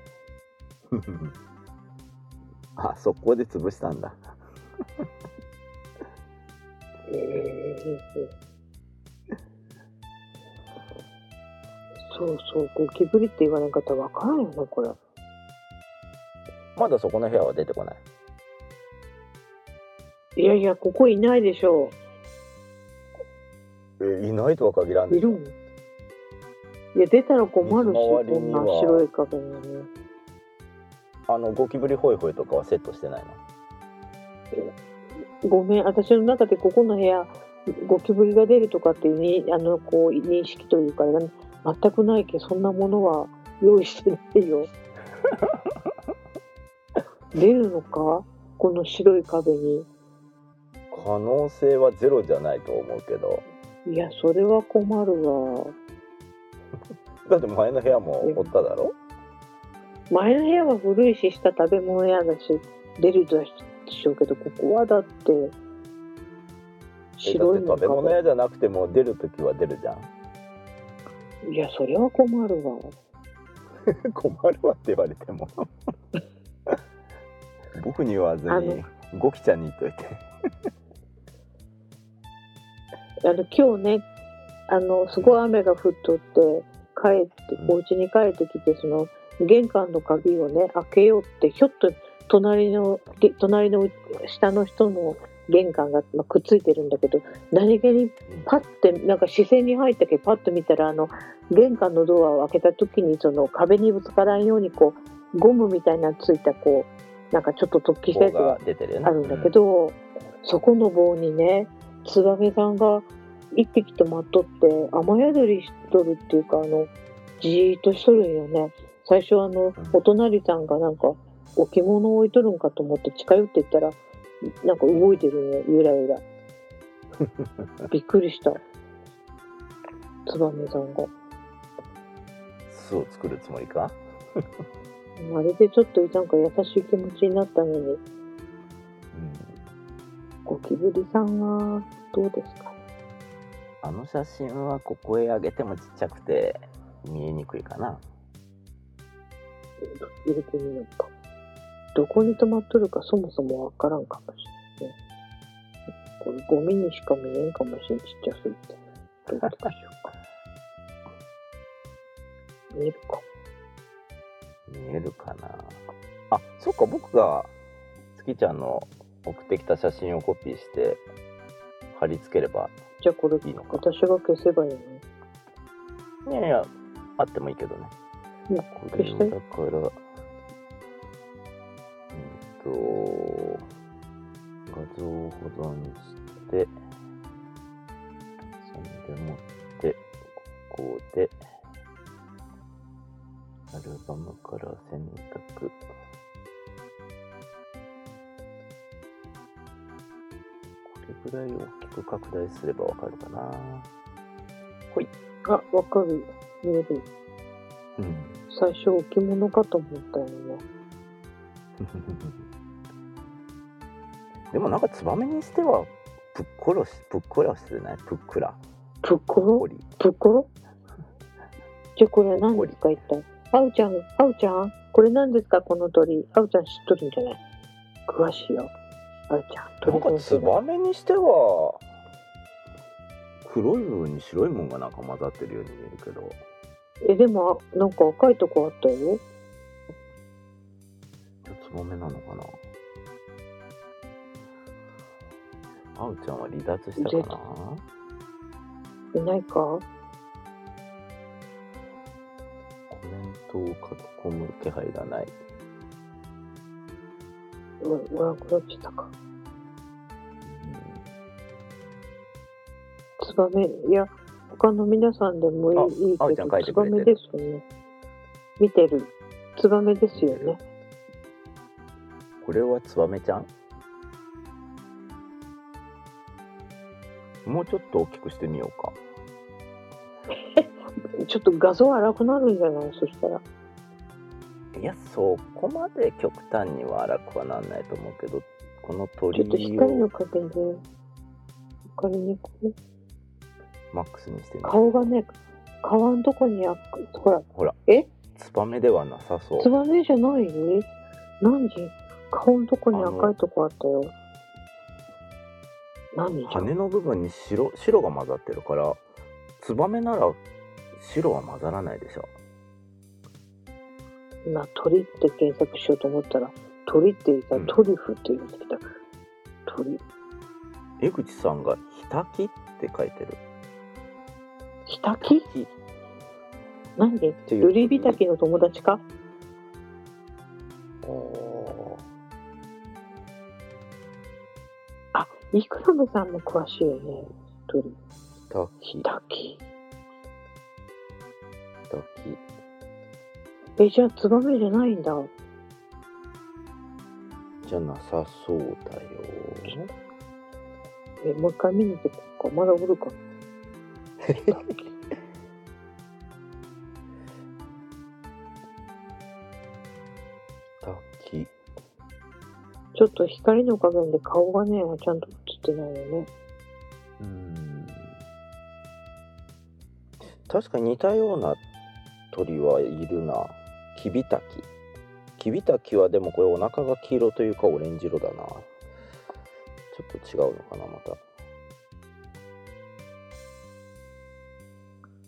あ、速攻で潰したんだ。 えー、そうそう、ゴキブリって言われんかったら分からんよね、これ。 まだそこの部屋は出てこない。 いやいや、ここいないでしょう。え、いないとは限らんいるん？いや、出たら困るし、 ここんな白い壁にね。 あのゴキブリホイホイとかはセットしてないの？ごめん、私の中でここの部屋ゴキブリが出るとかっていうにあのこう認識というか全くないけど、そんなものは用意してないよ。出るのか、この白い壁に。 可能性はゼロじゃないと思うけど。 いや、それは困るわ。 だって前の部屋もおっただろ。 前の部屋は古いし下食べ物屋だし出るでしょうけど、ここはだって白いのだって食べ物屋じゃなくても出るときは出るじゃん。いや、それは困るわ。 困るわって言われても僕に言わずにゴキちゃんに言っといて。 あの今日ね、あのすごい雨が降っとって帰ってお家に帰ってきて、その玄関の鍵をね開けようってひょっと隣のげ隣の下の人の玄関が、まあ、くっついてるんだけど、何気にパッてなんか視線に入ったけどパッと見たら、あの玄関のドアを開けた時にその壁にぶつからんようにこうゴムみたいなのついたこうなんかちょっと突起したやつが出てるよね。 あるんだけど、うん、そこの棒にねツバメさんが一匹とまっとって雨宿りしとるっていうか、あのじーっとしとるんよね。最初あの、うん、お隣さんがなんか置物を置いとるんかと思って近寄っていったらなんか動いてるのよ、ゆらゆら。びっくりした。ツバメさんが。 巣を作るつもりか？ あれでちょっとなんか優しい気持ちになったのに。うん、ゴキブリさんはどうですか？ あの写真はここへ上げてもちっちゃくて見えにくいかな。 入れてみようか。どこに止まっとるかそもそもわからんかもしれないね。これゴミにしか見えんかもしれん、ちっちゃすぎて。どうとかしようか。見えるか。 見えるかな。あ、そっか、僕が月ちゃんの送ってきた写真をコピーして貼り付ければじゃあこれいいのか。私が消せばいいの？ いやいや、あってもいいけどね。 うん、 これをだからと画像を保存してそんでもってここでアルバムから選択、これぐらい大きく拡大すればわかるかな。ほい。 あ、わかる。見える。 うん。 最初置物かと思ったよね。 でもなんかツバメにしてはぷっころしぷっこらしてない？ぷっくらぷっころぷっころじゃあこれ何ですか一体？あうちゃん、あうちゃんこれ何ですかこの鳥？あうちゃん知っとるんじゃない？詳しいよあうちゃん。鳥なんかツバメにしては黒い部分に白いもんがなんか混ざってるように見えるけど。 え、でもなんか赤いとこあったよ。 ツバメなのかな。あうちゃんは離脱したかな。 いないか。コメントを書き込む気配がない。 うわ、こっちだか。ツバメ、いや他の皆さんでもいい、いいけどツバメですよね。見てるツバメですよね。 これはツバメちゃん？もうちょっと大きくしてみようか。 ちょっと画像荒くなるんじゃない？そしたら。 いや、そこまで極端には荒くはなんないと思うけど、この鳥をちょっと光の加減で分かりにくい。 マックスにしてみる。 顔がね、皮のとこにあほらほら。 え？ ツバメではなさそう。 ツバメじゃない？何時？顔のとこに赤いとこあったよ。何？ 羽の部分に白白が混ざってるから、ツバメなら白は混ざらないでしょ。 今鳥って検索しようと思ったら、鳥って言ったらトリュフって言ってきた。鳥。 江口さんがヒタキって書いてる。 ヒタキ？なんで？ルリビタキの友達か？ おあ、イクラムさんも詳しいよね。鳥。 ヒタキ。 ヒタキ。 ヒタキ。 え、じゃあツバメじゃないんだ。 じゃなさそうだよ。 え、もう一回見に行こうか。まだおるかな。 滝。 ちょっと光の加減で顔がねちゃんと映ってないよね。 うーん、確かに似たような鳥はいるな。キビタキ。キビタキはでもこれお腹が黄色というかオレンジ色だな。ちょっと違うのかなまた。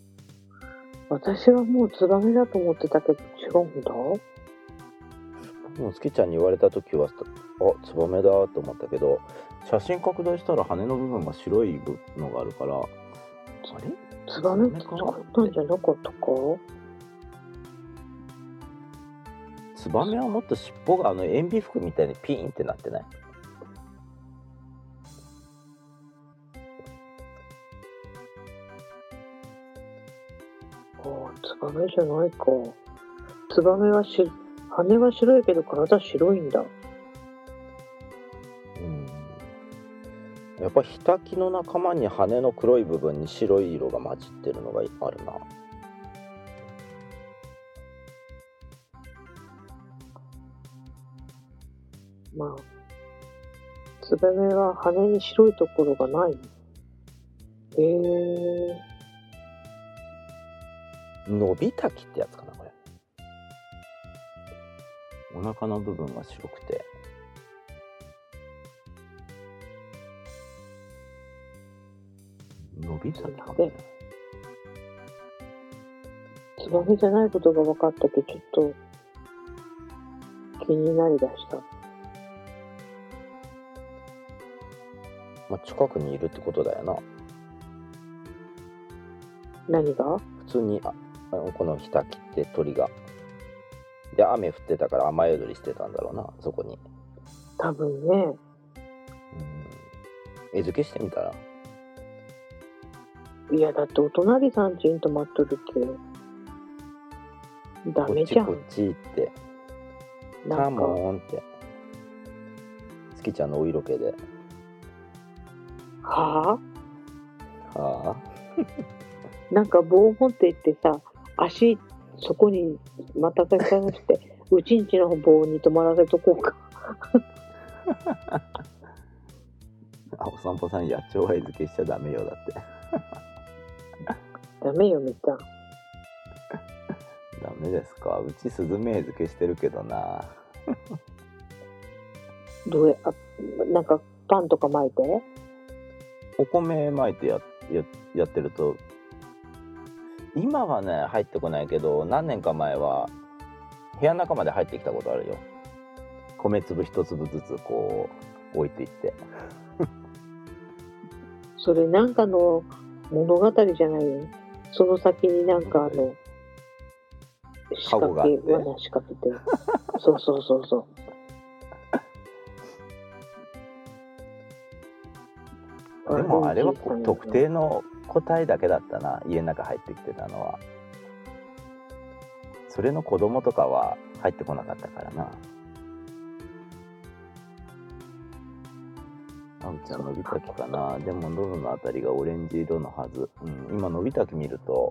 私はもうツバメだと思ってたけど違うんだ。 ツもうスキちゃんに言われた時はあツバメだと思ったけど、写真拡大したら羽の部分が白いのがあるから、あれツバメって作ったんじゃなかったか。 ツバメはもっと尻尾があの塩ビ服みたいにピーンってなってない？ ああ、ツバメじゃないか。ツバメはし羽は白いけど体白いんだ。 うん、やっぱヒタキの仲間に羽の黒い部分に白い色が混じってるのがあるな。 まあツバメは羽に白いところがない。へえ。 ノビタキってやつかなこれ。お腹の部分が白くて、ノビタキかもね。 ツバメじゃないことが分かったけど、ちょっと気になりだした。 まあ、近くにいるってことだよな。 何が？ 普通にあこのヒタキって鳥がで雨降ってたから雨宿りしてたんだろうな、そこに。 多分ね。 うん、絵付けしてみたら。 いやだってお隣さん家に泊まっとるけダメじゃん。 こっちこっちってカモンってスキちゃんのお色気で。 はあはあなんか棒を持って行ってさ、足そこにまたたかしてうちんちの棒に止まらせとこうかあ、お散歩さん野鳥は餌付けしちゃダメよだってダメよみっちゃん。 ダメですか？うちスズメ餌付けしてるけどなどうやあなんかパンとか巻いてお米巻いて や, や, やってると今はね入ってこないけど、何年か前は部屋の中まで入ってきたことあるよ。米粒一粒ずつこう置いていってそれなんかの物語じゃないよ。その先になんかあの仕掛け罠仕掛けてそうそうそうそうでもあれは特定の個体だけだったな、家の中入ってきてたのは。それの子供とかは入ってこなかったからな。あうちはノビタキかな。でも喉のあたりがオレンジ色のはず、うん、今ノビタキ見ると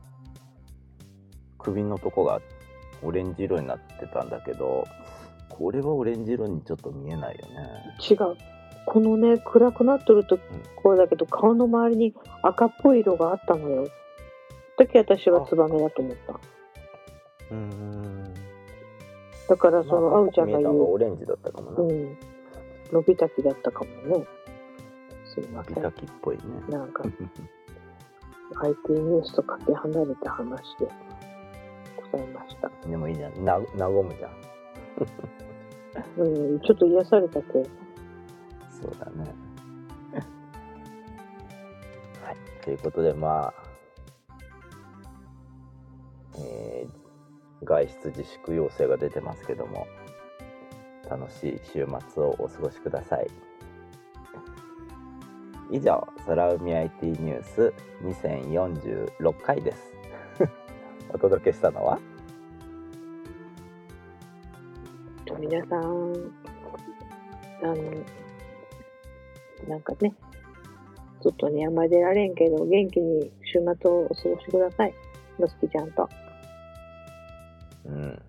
首のとこがオレンジ色になってたんだけど、これはオレンジ色にちょっと見えないよね。 違う、このね暗くなっとるとこれだけど、顔の周りに赤っぽい色があったのよ。時私はツバメだと思った。 うーん、 だからそのあうちゃんが言うオレンジだったかもな。 うんノビタキだったかもね。すいません。 ノビタキっぽいね。 なんかアイティー ニュースとかけ離れた話でございました。 でもいいじゃん、な和むじゃんうん、ちょっと癒されたけ。 そうだねはい、ということでまあ、えー、外出自粛要請が出てますけども、楽しい週末をお過ごしください。以上、空海 アイティー ニュースにせんよんじゅうろっかいですお届けしたのは皆さんあのなんかね外にあんまり出られんけど元気に週末をお過ごしください。のすきちゃんとうん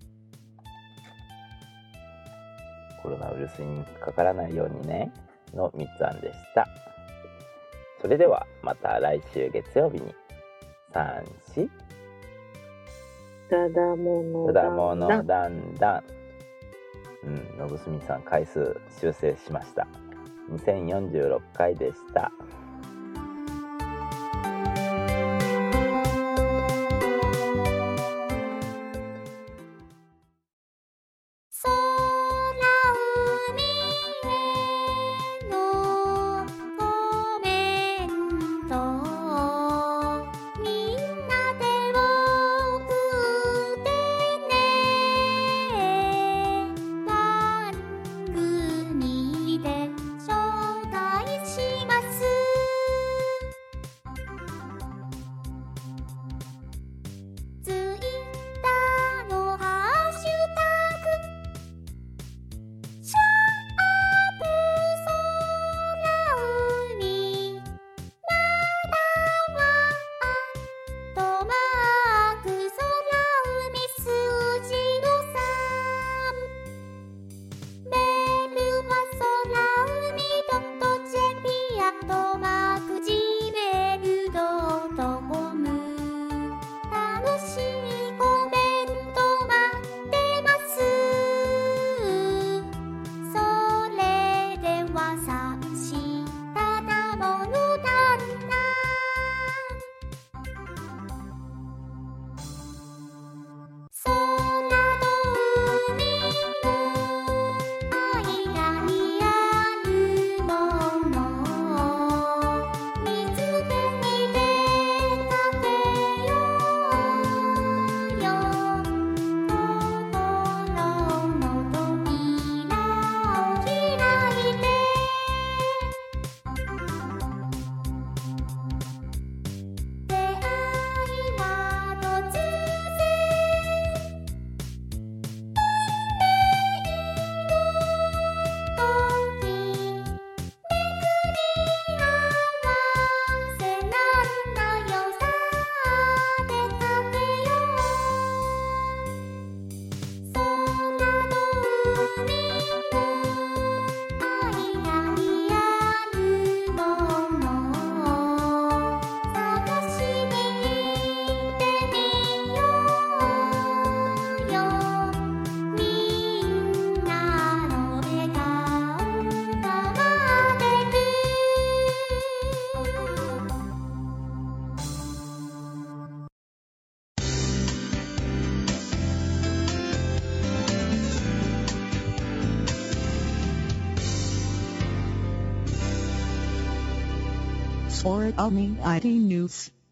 コロナウイルスにかからないようにねのみっつあんでした。それではまた来週月曜日にさん、しただものただものだんだんうんのぶすみさん回数修正しました。にせんよんじゅうろっかいでした。 空 or Omni アイティー News